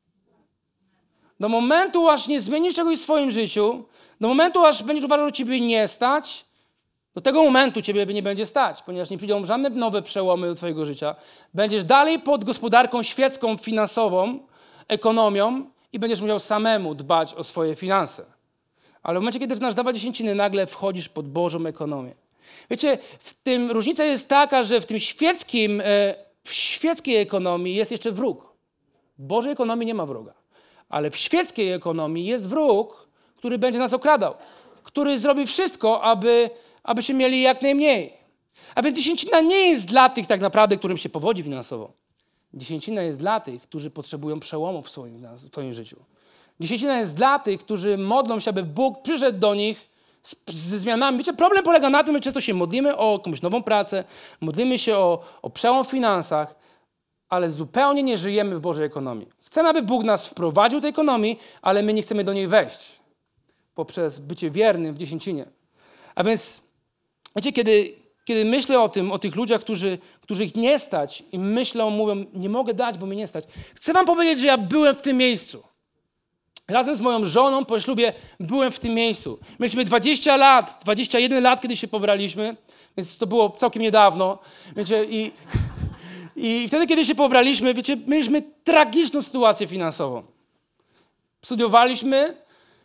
Do momentu, aż nie zmienisz czegoś w swoim życiu, do momentu, aż będziesz uważał, że ciebie nie stać, do tego momentu ciebie nie będzie stać, ponieważ nie przyjdą żadne nowe przełomy do twojego życia. Będziesz dalej pod gospodarką świecką, finansową, ekonomią i będziesz musiał samemu dbać o swoje finanse. Ale w momencie, kiedy zaczynasz dawać dziesięciny, nagle wchodzisz pod Bożą ekonomię. Wiecie, w tym różnica jest taka, że w tym w świeckiej ekonomii jest jeszcze wróg. W Bożej ekonomii nie ma wroga. Ale w świeckiej ekonomii jest wróg, który będzie nas okradał. Który zrobi wszystko, abyśmy mieli jak najmniej. A więc dziesięcina nie jest dla tych tak naprawdę, którym się powodzi finansowo. Dziesięcina jest dla tych, którzy potrzebują przełomów w swoim życiu. Dziesięcina jest dla tych, którzy modlą się, aby Bóg przyszedł do nich ze zmianami. Wiecie, problem polega na tym, że często się modlimy o jakąś nową pracę, modlimy się o przełom w finansach, ale zupełnie nie żyjemy w Bożej ekonomii. Chcemy, aby Bóg nas wprowadził do tej ekonomii, ale my nie chcemy do niej wejść poprzez bycie wiernym w dziesięcinie. A więc, wiecie, kiedy myślę o tych ludziach, którzy ich nie stać i myślą, mówią, nie mogę dać, bo mnie nie stać. Chcę wam powiedzieć, że ja byłem w tym miejscu. Razem z moją żoną po ślubie byłem w tym miejscu. Mieliśmy 20 lat, 21 lat, kiedy się pobraliśmy, więc to było całkiem niedawno. Wiecie, i wtedy, kiedy się pobraliśmy, wiecie, mieliśmy tragiczną sytuację finansową. Studiowaliśmy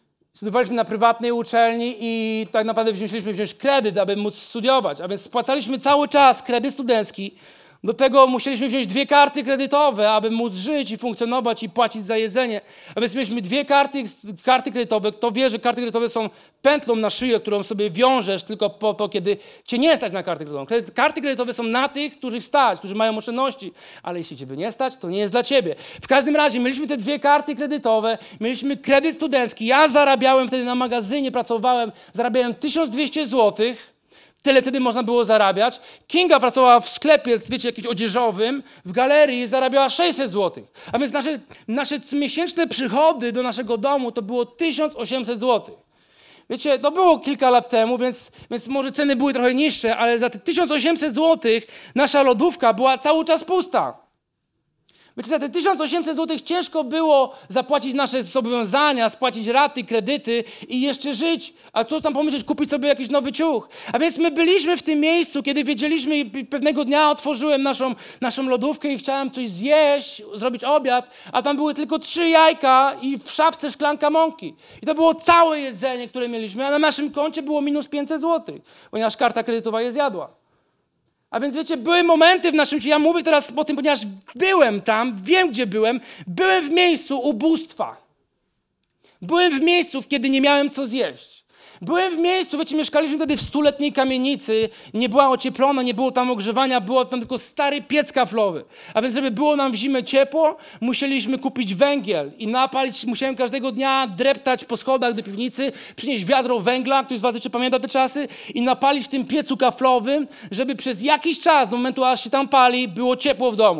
na prywatnej uczelni i tak naprawdę musieliśmy wziąć kredyt, aby móc studiować. A więc spłacaliśmy cały czas kredyt studencki. Do tego musieliśmy wziąć 2 karty kredytowe, aby móc żyć i funkcjonować i płacić za jedzenie. A więc mieliśmy 2 karty kredytowe. Kto wie, że karty kredytowe są pętlą na szyję, którą sobie wiążesz tylko po to, kiedy cię nie stać na kartę kredytową. Karty kredytowe są na tych, których stać, którzy mają oszczędności. Ale jeśli ciebie nie stać, to nie jest dla ciebie. W każdym razie mieliśmy te 2 karty kredytowe, mieliśmy kredyt studencki. Ja zarabiałem wtedy na magazynie, zarabiałem 1200 zł. Tyle wtedy można było zarabiać. Kinga pracowała w sklepie, wiecie, jakimś odzieżowym, w galerii zarabiała 600 zł. A więc nasze miesięczne przychody do naszego domu to było 1800 zł. Wiecie, to było kilka lat temu, więc może ceny były trochę niższe, ale za te 1800 zł nasza lodówka była cały czas pusta. Wiecie, za te 1800 zł ciężko było zapłacić nasze zobowiązania, spłacić raty, kredyty i jeszcze żyć. A co tam pomyśleć, kupić sobie jakiś nowy ciuch. A więc my byliśmy w tym miejscu, kiedy wiedzieliśmy, pewnego dnia otworzyłem naszą lodówkę i chciałem coś zjeść, zrobić obiad, a tam były tylko 3 jajka i w szafce szklanka mąki. I to było całe jedzenie, które mieliśmy, a na naszym koncie było minus 500 zł, ponieważ karta kredytowa je zjadła. A więc wiecie, były momenty w naszym życiu, ja mówię teraz o tym, ponieważ byłem tam, wiem gdzie byłem w miejscu ubóstwa. Byłem w miejscu, kiedy nie miałem co zjeść. Byłem w miejscu, wiecie, mieszkaliśmy wtedy w 100-letniej kamienicy, nie była ocieplona, nie było tam ogrzewania, było tam tylko stary piec kaflowy. A więc żeby było nam w zimę ciepło, musieliśmy kupić węgiel i napalić, musiałem każdego dnia dreptać po schodach do piwnicy, przynieść wiadro węgla, ktoś z was jeszcze pamięta te czasy, i napalić w tym piecu kaflowym, żeby przez jakiś czas, do momentu aż się tam pali, było ciepło w domu.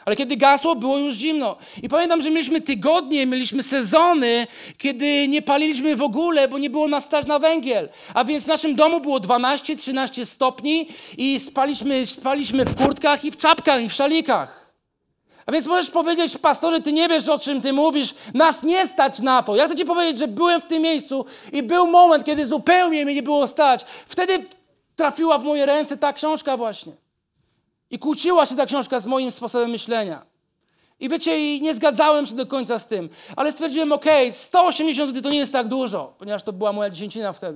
Ale kiedy gasło, było już zimno. I pamiętam, że mieliśmy tygodnie, mieliśmy sezony, kiedy nie paliliśmy w ogóle, bo nie było nas stać na węgiel. A więc w naszym domu było 12-13 stopni i spaliśmy w kurtkach i w czapkach i w szalikach. A więc możesz powiedzieć, pastorze, ty nie wiesz, o czym ty mówisz, nas nie stać na to. Ja chcę ci powiedzieć, że byłem w tym miejscu i był moment, kiedy zupełnie mnie nie było stać. Wtedy trafiła w moje ręce ta książka właśnie. I kłóciła się ta książka z moim sposobem myślenia. I wiecie, i nie zgadzałem się do końca z tym. Ale stwierdziłem, 180 zł to nie jest tak dużo, ponieważ to była moja dziesięcina wtedy.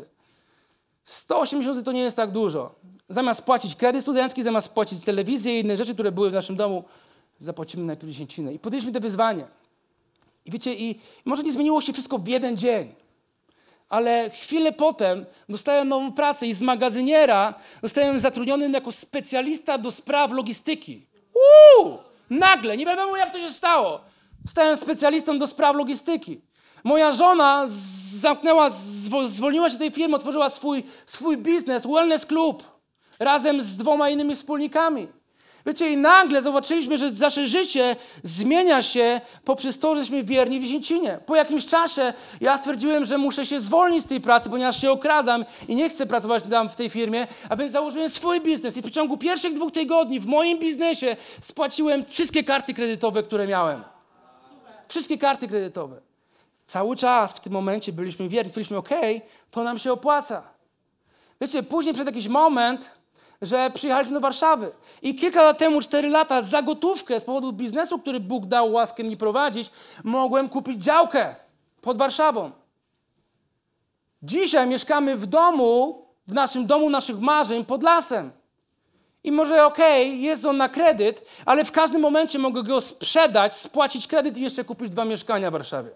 180 zł to nie jest tak dużo. Zamiast płacić kredyt studencki, zamiast płacić telewizję i inne rzeczy, które były w naszym domu, zapłacimy najpierw dziesięcinę. I podjęliśmy to wyzwanie. I wiecie, i może nie zmieniło się wszystko w jeden dzień. Ale chwilę potem dostałem nową pracę i z magazyniera zostałem zatrudniony jako specjalista do spraw logistyki. Nagle, nie wiadomo jak to się stało. Zostałem specjalistą do spraw logistyki. Moja żona zwolniła się z tej firmy, otworzyła swój biznes, Wellness Club, razem z 2 innymi wspólnikami. Wiecie, i nagle zobaczyliśmy, że nasze życie zmienia się poprzez to, że jesteśmy wierni w dziesięcinie. Po jakimś czasie ja stwierdziłem, że muszę się zwolnić z tej pracy, ponieważ się okradam i nie chcę pracować tam w tej firmie, a więc założyłem swój biznes i w ciągu pierwszych 2 tygodni w moim biznesie spłaciłem wszystkie karty kredytowe, które miałem. Wszystkie karty kredytowe. Cały czas w tym momencie byliśmy wierni. Stwierdziliśmy, to nam się opłaca. Wiecie, później przed jakiś moment, że przyjechaliśmy do Warszawy i kilka lat temu, 4 lata, za gotówkę z powodu biznesu, który Bóg dał łaskę mi prowadzić, mogłem kupić działkę pod Warszawą. Dzisiaj mieszkamy w domu, w naszym domu naszych marzeń pod lasem. I może jest on na kredyt, ale w każdym momencie mogę go sprzedać, spłacić kredyt i jeszcze kupić 2 mieszkania w Warszawie.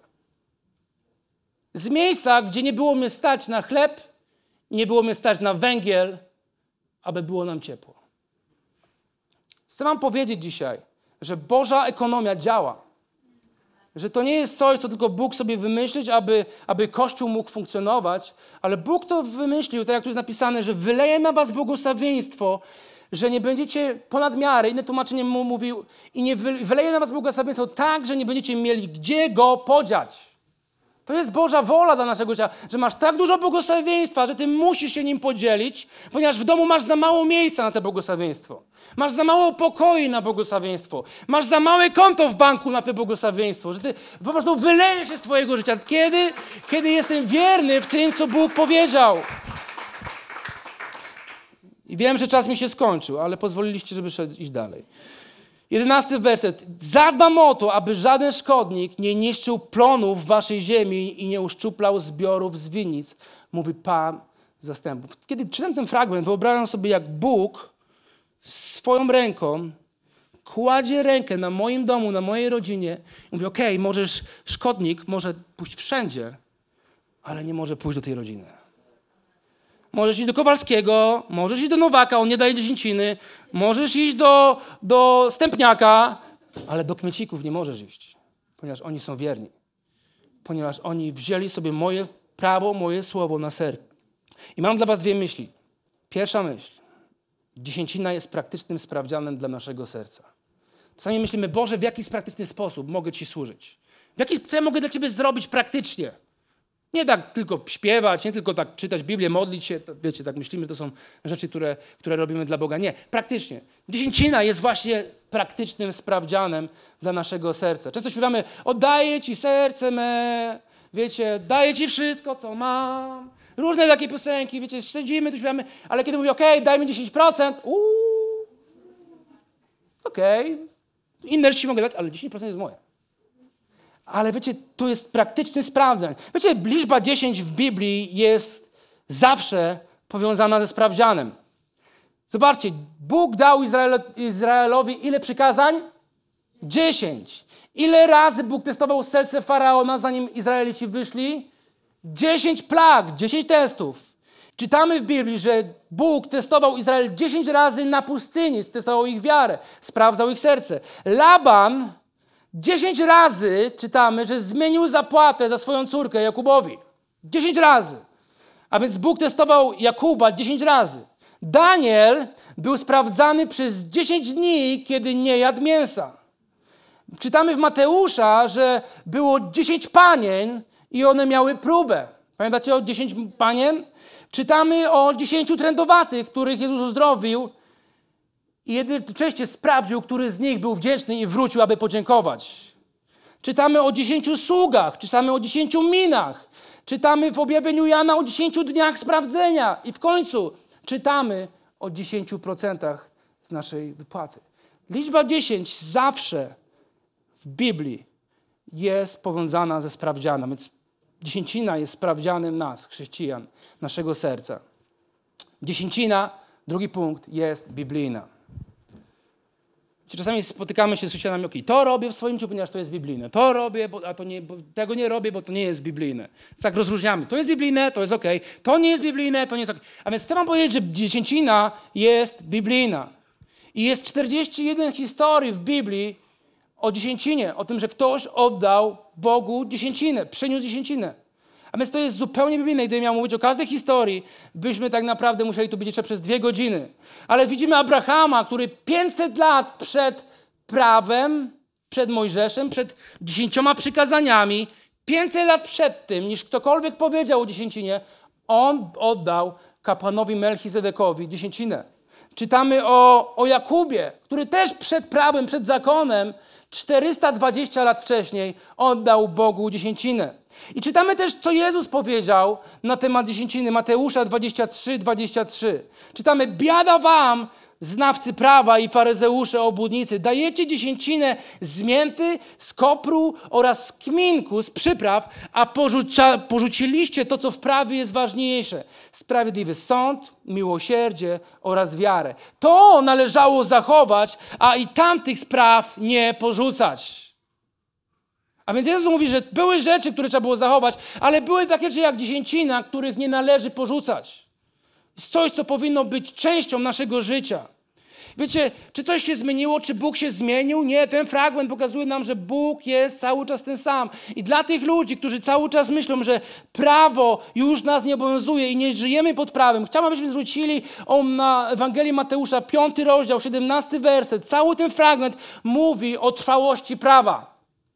Z miejsca, gdzie nie było mnie stać na chleb, nie było mnie stać na węgiel, aby było nam ciepło. Chcę wam powiedzieć dzisiaj, że Boża ekonomia działa. Że to nie jest coś, co tylko Bóg sobie wymyślić, aby Kościół mógł funkcjonować, ale Bóg to wymyślił, tak jak tu jest napisane, że wyleje na was błogosławieństwo, że nie będziecie ponad miarę, inne tłumaczenie mu mówił, i nie wyleje na was błogosławieństwo tak, że nie będziecie mieli gdzie go podziać. To jest Boża wola dla naszego życia, że masz tak dużo błogosławieństwa, że ty musisz się nim podzielić, ponieważ w domu masz za mało miejsca na to błogosławieństwo. Masz za mało pokoi na błogosławieństwo. Masz za małe konto w banku na to błogosławieństwo, że ty po prostu wylejesz się z twojego życia. Kiedy jestem wierny w tym, co Bóg powiedział. I wiem, że czas mi się skończył, ale pozwoliliście, żeby iść dalej. 11 werset. Zadbam o to, aby żaden szkodnik nie niszczył plonów w waszej ziemi i nie uszczuplał zbiorów z winnic, mówi Pan zastępów. Kiedy czytam ten fragment, wyobrażam sobie, jak Bóg swoją ręką kładzie rękę na moim domu, na mojej rodzinie i mówi, szkodnik może pójść wszędzie, ale nie może pójść do tej rodziny. Możesz iść do Kowalskiego, możesz iść do Nowaka, on nie daje dziesięciny, możesz iść do Stępniaka, ale do Kmiecików nie możesz iść, ponieważ oni są wierni. Ponieważ oni wzięli sobie moje prawo, moje słowo na serce. I mam dla was 2 myśli. Pierwsza myśl. Dziesięcina jest praktycznym sprawdzianem dla naszego serca. Czasami myślimy, Boże, w jaki praktyczny sposób mogę ci służyć? Co ja mogę dla ciebie zrobić praktycznie? Nie tak tylko śpiewać, nie tylko tak czytać Biblię, modlić się. To, wiecie, tak myślimy, że to są rzeczy, które robimy dla Boga. Nie, praktycznie. Dziesięcina jest właśnie praktycznym sprawdzianem dla naszego serca. Często śpiewamy, oddaję ci serce me, wiecie, daję ci wszystko, co mam. Różne takie piosenki, wiecie, siedzimy, tu śpiewamy, ale kiedy mówię, daj mi 10%, inne rzeczy mogę dać, ale 10% jest moje. Ale wiecie, to jest praktyczny sprawdzian. Wiecie, liczba 10 w Biblii jest zawsze powiązana ze sprawdzianem. Zobaczcie, Bóg dał Izraelowi ile przykazań? 10. Ile razy Bóg testował serce Faraona, zanim Izraelici wyszli? 10 plag, 10 testów. Czytamy w Biblii, że Bóg testował Izrael 10 razy na pustyni, testował ich wiarę, sprawdzał ich serce. Laban 10 razy czytamy, że zmienił zapłatę za swoją córkę Jakubowi. 10 razy. A więc Bóg testował Jakuba 10 razy. Daniel był sprawdzany przez 10 dni, kiedy nie jadł mięsa. Czytamy w Mateusza, że było 10 panien i one miały próbę. Pamiętacie o 10 panien? Czytamy o 10 trędowatych, których Jezus uzdrowił i jednocześnie sprawdził, który z nich był wdzięczny i wrócił, aby podziękować. Czytamy o 10 sługach, czytamy o 10 minach, czytamy w objawieniu Jana o 10 dniach sprawdzenia i w końcu czytamy o 10% z naszej wypłaty. Liczba 10 zawsze w Biblii jest powiązana ze sprawdzianem, więc dziesięcina jest sprawdzianem nas, chrześcijan, naszego serca. Dziesięcina, drugi punkt, jest biblijna. Czasami spotykamy się z chrześcijanami, to robię w swoim życiu, ponieważ to jest biblijne. To robię, tego nie robię, bo to nie jest biblijne. Tak rozróżniamy. To jest biblijne, to jest okej. To nie jest biblijne, to nie jest okej. A więc chcę wam powiedzieć, że dziesięcina jest biblijna. I jest 41 historii w Biblii o dziesięcinie, o tym, że ktoś oddał Bogu dziesięcinę, przyniósł dziesięcinę. A więc to jest zupełnie biblijne. Gdybym miał mówić o każdej historii, byśmy tak naprawdę musieli tu być jeszcze przez 2 godziny. Ale widzimy Abrahama, który 500 lat przed prawem, przed Mojżeszem, przed 10 przykazaniami, 500 lat przed tym, niż ktokolwiek powiedział o dziesięcinie, on oddał kapłanowi Melchizedekowi dziesięcinę. Czytamy o Jakubie, który też przed prawem, przed zakonem, 420 lat wcześniej oddał Bogu dziesięcinę. I czytamy też, co Jezus powiedział na temat dziesięciny, Mateusza 23:23. Czytamy, biada wam, znawcy prawa i faryzeusze, obłudnicy, dajecie dziesięcinę z mięty, z kopru oraz z kminku, z przypraw, a porzuciliście to, co w prawie jest ważniejsze. Sprawiedliwy sąd, miłosierdzie oraz wiarę. To należało zachować, a i tamtych spraw nie porzucać. A więc Jezus mówi, że były rzeczy, które trzeba było zachować, ale były takie rzeczy jak dziesięcina, których nie należy porzucać. Jest coś, co powinno być częścią naszego życia. Wiecie, czy coś się zmieniło, czy Bóg się zmienił? Nie, ten fragment pokazuje nam, że Bóg jest cały czas ten sam. I dla tych ludzi, którzy cały czas myślą, że prawo już nas nie obowiązuje i nie żyjemy pod prawem, chciałbym, abyśmy zwrócili na Ewangelię Mateusza, 5 rozdział, 17 werset. Cały ten fragment mówi o trwałości prawa.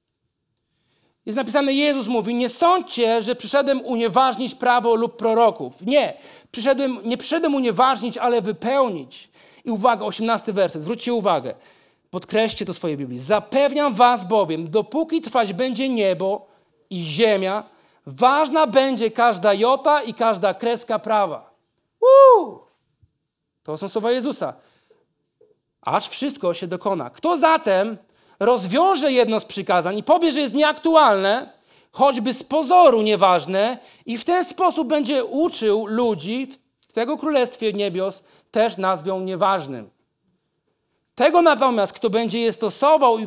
Jest napisane, Jezus mówi, nie sądźcie, że przyszedłem unieważnić prawo lub proroków. Nie przyszedłem unieważnić, ale wypełnić. I uwaga, 18 werset, zwróćcie uwagę. Podkreślcie to w swojej Biblii. Zapewniam was bowiem, dopóki trwać będzie niebo i ziemia, ważna będzie każda jota i każda kreska prawa. To są słowa Jezusa. Aż wszystko się dokona. Kto zatem rozwiąże jedno z przykazań i powie, że jest nieaktualne, choćby z pozoru nieważne i w ten sposób będzie uczył ludzi w tego Królestwie Niebios też nazwią nieważnym. Tego natomiast, kto będzie je stosował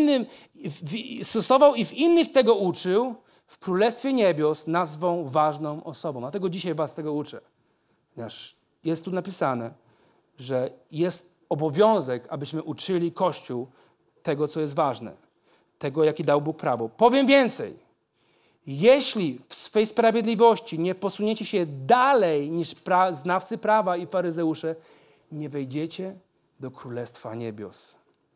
i w innych tego uczył, w Królestwie Niebios nazwą ważną osobą. Dlatego dzisiaj was tego uczę. Ponieważ jest tu napisane, że jest obowiązek, abyśmy uczyli Kościół tego, co jest ważne, tego, jaki dał Bóg prawo. Powiem więcej. Jeśli w swej sprawiedliwości nie posuniecie się dalej niż znawcy prawa i faryzeusze, nie wejdziecie do Królestwa Niebios.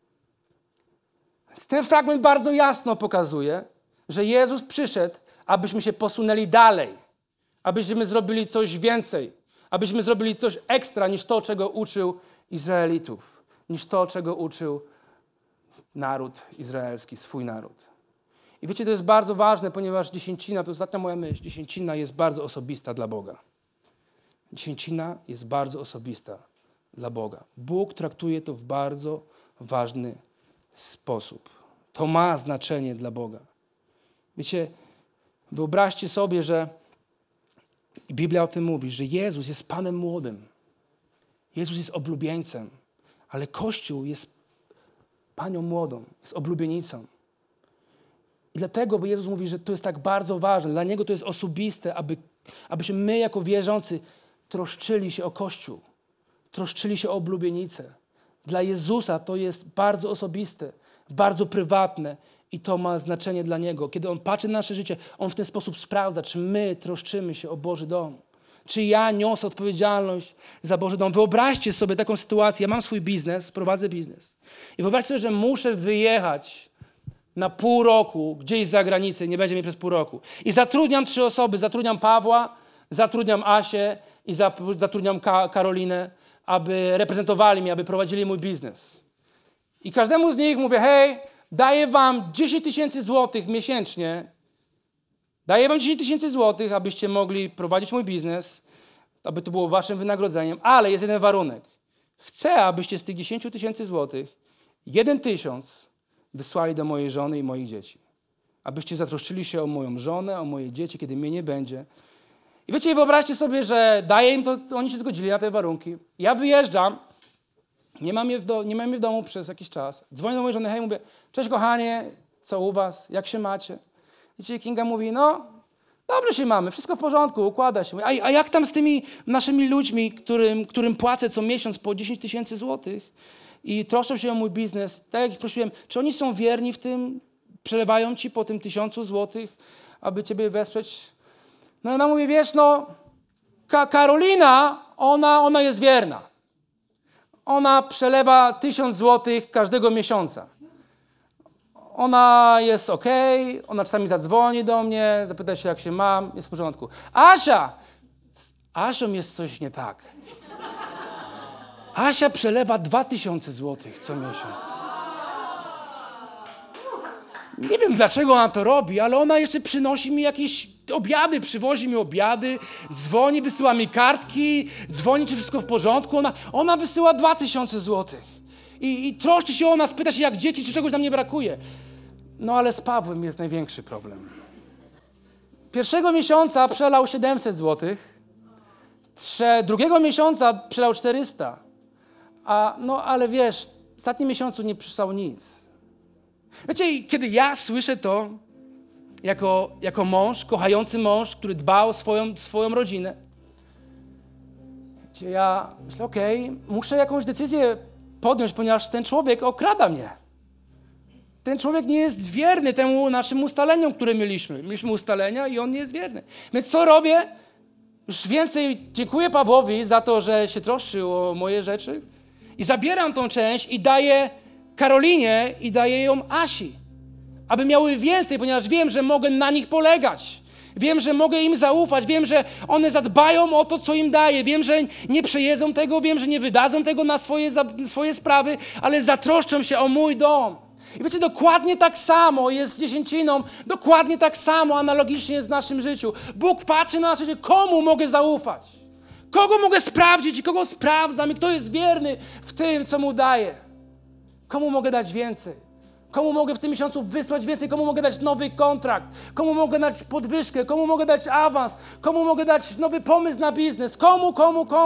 Więc ten fragment bardzo jasno pokazuje, że Jezus przyszedł, abyśmy się posunęli dalej, abyśmy zrobili coś więcej, abyśmy zrobili coś ekstra niż to, czego uczył Izraelitów, niż to, czego uczył naród izraelski, swój naród. I wiecie, to jest bardzo ważne, ponieważ dziesięcina, to ostatnia moja myśl, dziesięcina jest bardzo osobista dla Boga. Dziesięcina jest bardzo osobista dla Boga. Bóg traktuje to w bardzo ważny sposób. To ma znaczenie dla Boga. Wiecie, wyobraźcie sobie, że Biblia o tym mówi, że Jezus jest Panem młodym. Jezus jest oblubieńcem, ale Kościół jest Panią młodą, jest oblubienicą. I dlatego, bo Jezus mówi, że to jest tak bardzo ważne, dla Niego to jest osobiste, abyśmy my jako wierzący troszczyli się o Kościół, troszczyli się o oblubienicę. Dla Jezusa to jest bardzo osobiste, bardzo prywatne i to ma znaczenie dla Niego. Kiedy On patrzy na nasze życie, On w ten sposób sprawdza, czy my troszczymy się o Boży dom. Czy ja niosę odpowiedzialność za Boży dom. Wyobraźcie sobie taką sytuację. Ja mam swój biznes, prowadzę biznes. I wyobraźcie sobie, że muszę wyjechać na pół roku gdzieś za granicę, nie będzie mnie przez pół roku. I zatrudniam 3 osoby, zatrudniam Pawła, zatrudniam Asię i zatrudniam Karolinę, aby reprezentowali mnie, aby prowadzili mój biznes. I każdemu z nich mówię, hej, daję wam 10 000 złotych miesięcznie, daję wam 10 000 złotych, abyście mogli prowadzić mój biznes, aby to było waszym wynagrodzeniem, ale jest jeden warunek. Chcę, abyście z tych 10 000 złotych 1 000 wysłali do mojej żony i moich dzieci. Abyście zatroszczyli się o moją żonę, o moje dzieci, kiedy mnie nie będzie. I wiecie, wyobraźcie sobie, że daję im to, oni się zgodzili na te warunki. Ja wyjeżdżam, nie mam mnie w domu przez jakiś czas. Dzwonię do mojej żony, hej, mówię, cześć kochanie, co u was, jak się macie? I Kinga mówi, no, dobrze się mamy, wszystko w porządku, układa się. A jak tam z tymi naszymi ludźmi, którym płacę co miesiąc po 10 000 złotych i troszczą się o mój biznes, tak jak ich prosiłem, czy oni są wierni w tym, przelewają ci po tym 1000 złotych, aby ciebie wesprzeć? No i ona mówi, wiesz, no, Karolina, ona jest wierna. Ona przelewa 1000 złotych każdego miesiąca. Ona jest okej, ona czasami zadzwoni do mnie, zapyta się, jak się mam, jest w porządku. Asia! Z Asią jest coś nie tak. Asia przelewa 2000 złotych co miesiąc. Nie wiem, dlaczego ona to robi, ale ona jeszcze przynosi mi jakieś obiady, przywozi mi obiady, dzwoni, wysyła mi kartki, dzwoni, czy wszystko w porządku. Ona wysyła 2000 złotych. I troszczy się o nas, pyta się jak dzieci, czy czegoś nam nie brakuje. No ale z Pawłem jest największy problem. Pierwszego miesiąca przelał 700 złotych, drugiego miesiąca przelał 400. Ale wiesz, w ostatnim miesiącu nie przysłał nic. Wiecie, kiedy ja słyszę to, jako mąż, kochający mąż, który dba o swoją rodzinę, wiecie, ja myślę, okej, muszę jakąś decyzję podjąć, ponieważ ten człowiek okrada mnie. Ten człowiek nie jest wierny temu naszym ustaleniom, które mieliśmy. Mieliśmy ustalenia i on nie jest wierny. Więc co robię? Już więcej dziękuję Pawłowi za to, że się troszczył o moje rzeczy i zabieram tą część i daję Karolinie i daję ją Asi, aby miały więcej, ponieważ wiem, że mogę na nich polegać. Wiem, że mogę im zaufać, wiem, że one zadbają o to, co im daję. Wiem, że nie przejedzą tego, wiem, że nie wydadzą tego na swoje sprawy, ale zatroszczą się o mój dom. I wiecie, dokładnie tak samo jest z dziesięciną, dokładnie tak samo analogicznie jest w naszym życiu. Bóg patrzy na nasze życie, komu mogę zaufać? Kogo mogę sprawdzić i kogo sprawdzam i kto jest wierny w tym, co mu daję? Komu mogę dać więcej? Komu mogę w tym miesiącu wysłać więcej? Komu mogę dać nowy kontrakt? Komu mogę dać podwyżkę? Komu mogę dać awans? Komu mogę dać nowy pomysł na biznes? Komu?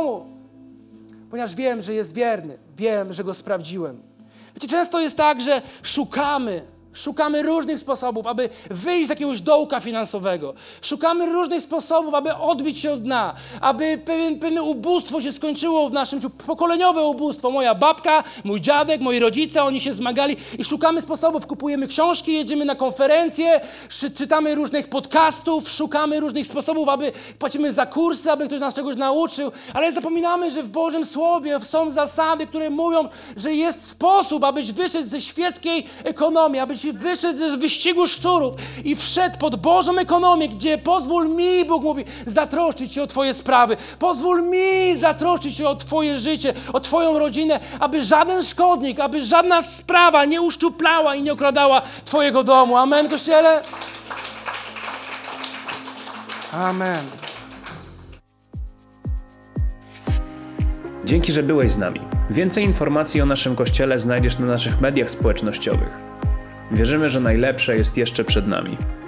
Ponieważ wiem, że jest wierny. Wiem, że go sprawdziłem. Wiecie, często jest tak, że szukamy różnych sposobów, aby wyjść z jakiegoś dołka finansowego. Szukamy różnych sposobów, aby odbić się od dna, aby pewne ubóstwo się skończyło w naszym życiu, pokoleniowe ubóstwo. Moja babka, mój dziadek, moi rodzice, oni się zmagali i szukamy sposobów. Kupujemy książki, jedziemy na konferencje, czytamy różnych podcastów, szukamy różnych sposobów, płacimy za kursy, aby ktoś nas czegoś nauczył, ale zapominamy, że w Bożym Słowie są zasady, które mówią, że jest sposób, abyś wyszedł ze świeckiej ekonomii, abyś wyszedł ze wyścigu szczurów i wszedł pod Bożą ekonomię, gdzie pozwól mi, Bóg mówi, zatroszczyć się o twoje sprawy. Pozwól mi zatroszczyć się o twoje życie, o twoją rodzinę, aby żaden szkodnik, aby żadna sprawa nie uszczuplała i nie okradała twojego domu. Amen, Kościele? Amen. Dzięki, że byłeś z nami. Więcej informacji o naszym Kościele znajdziesz na naszych mediach społecznościowych. Wierzymy, że najlepsze jest jeszcze przed nami.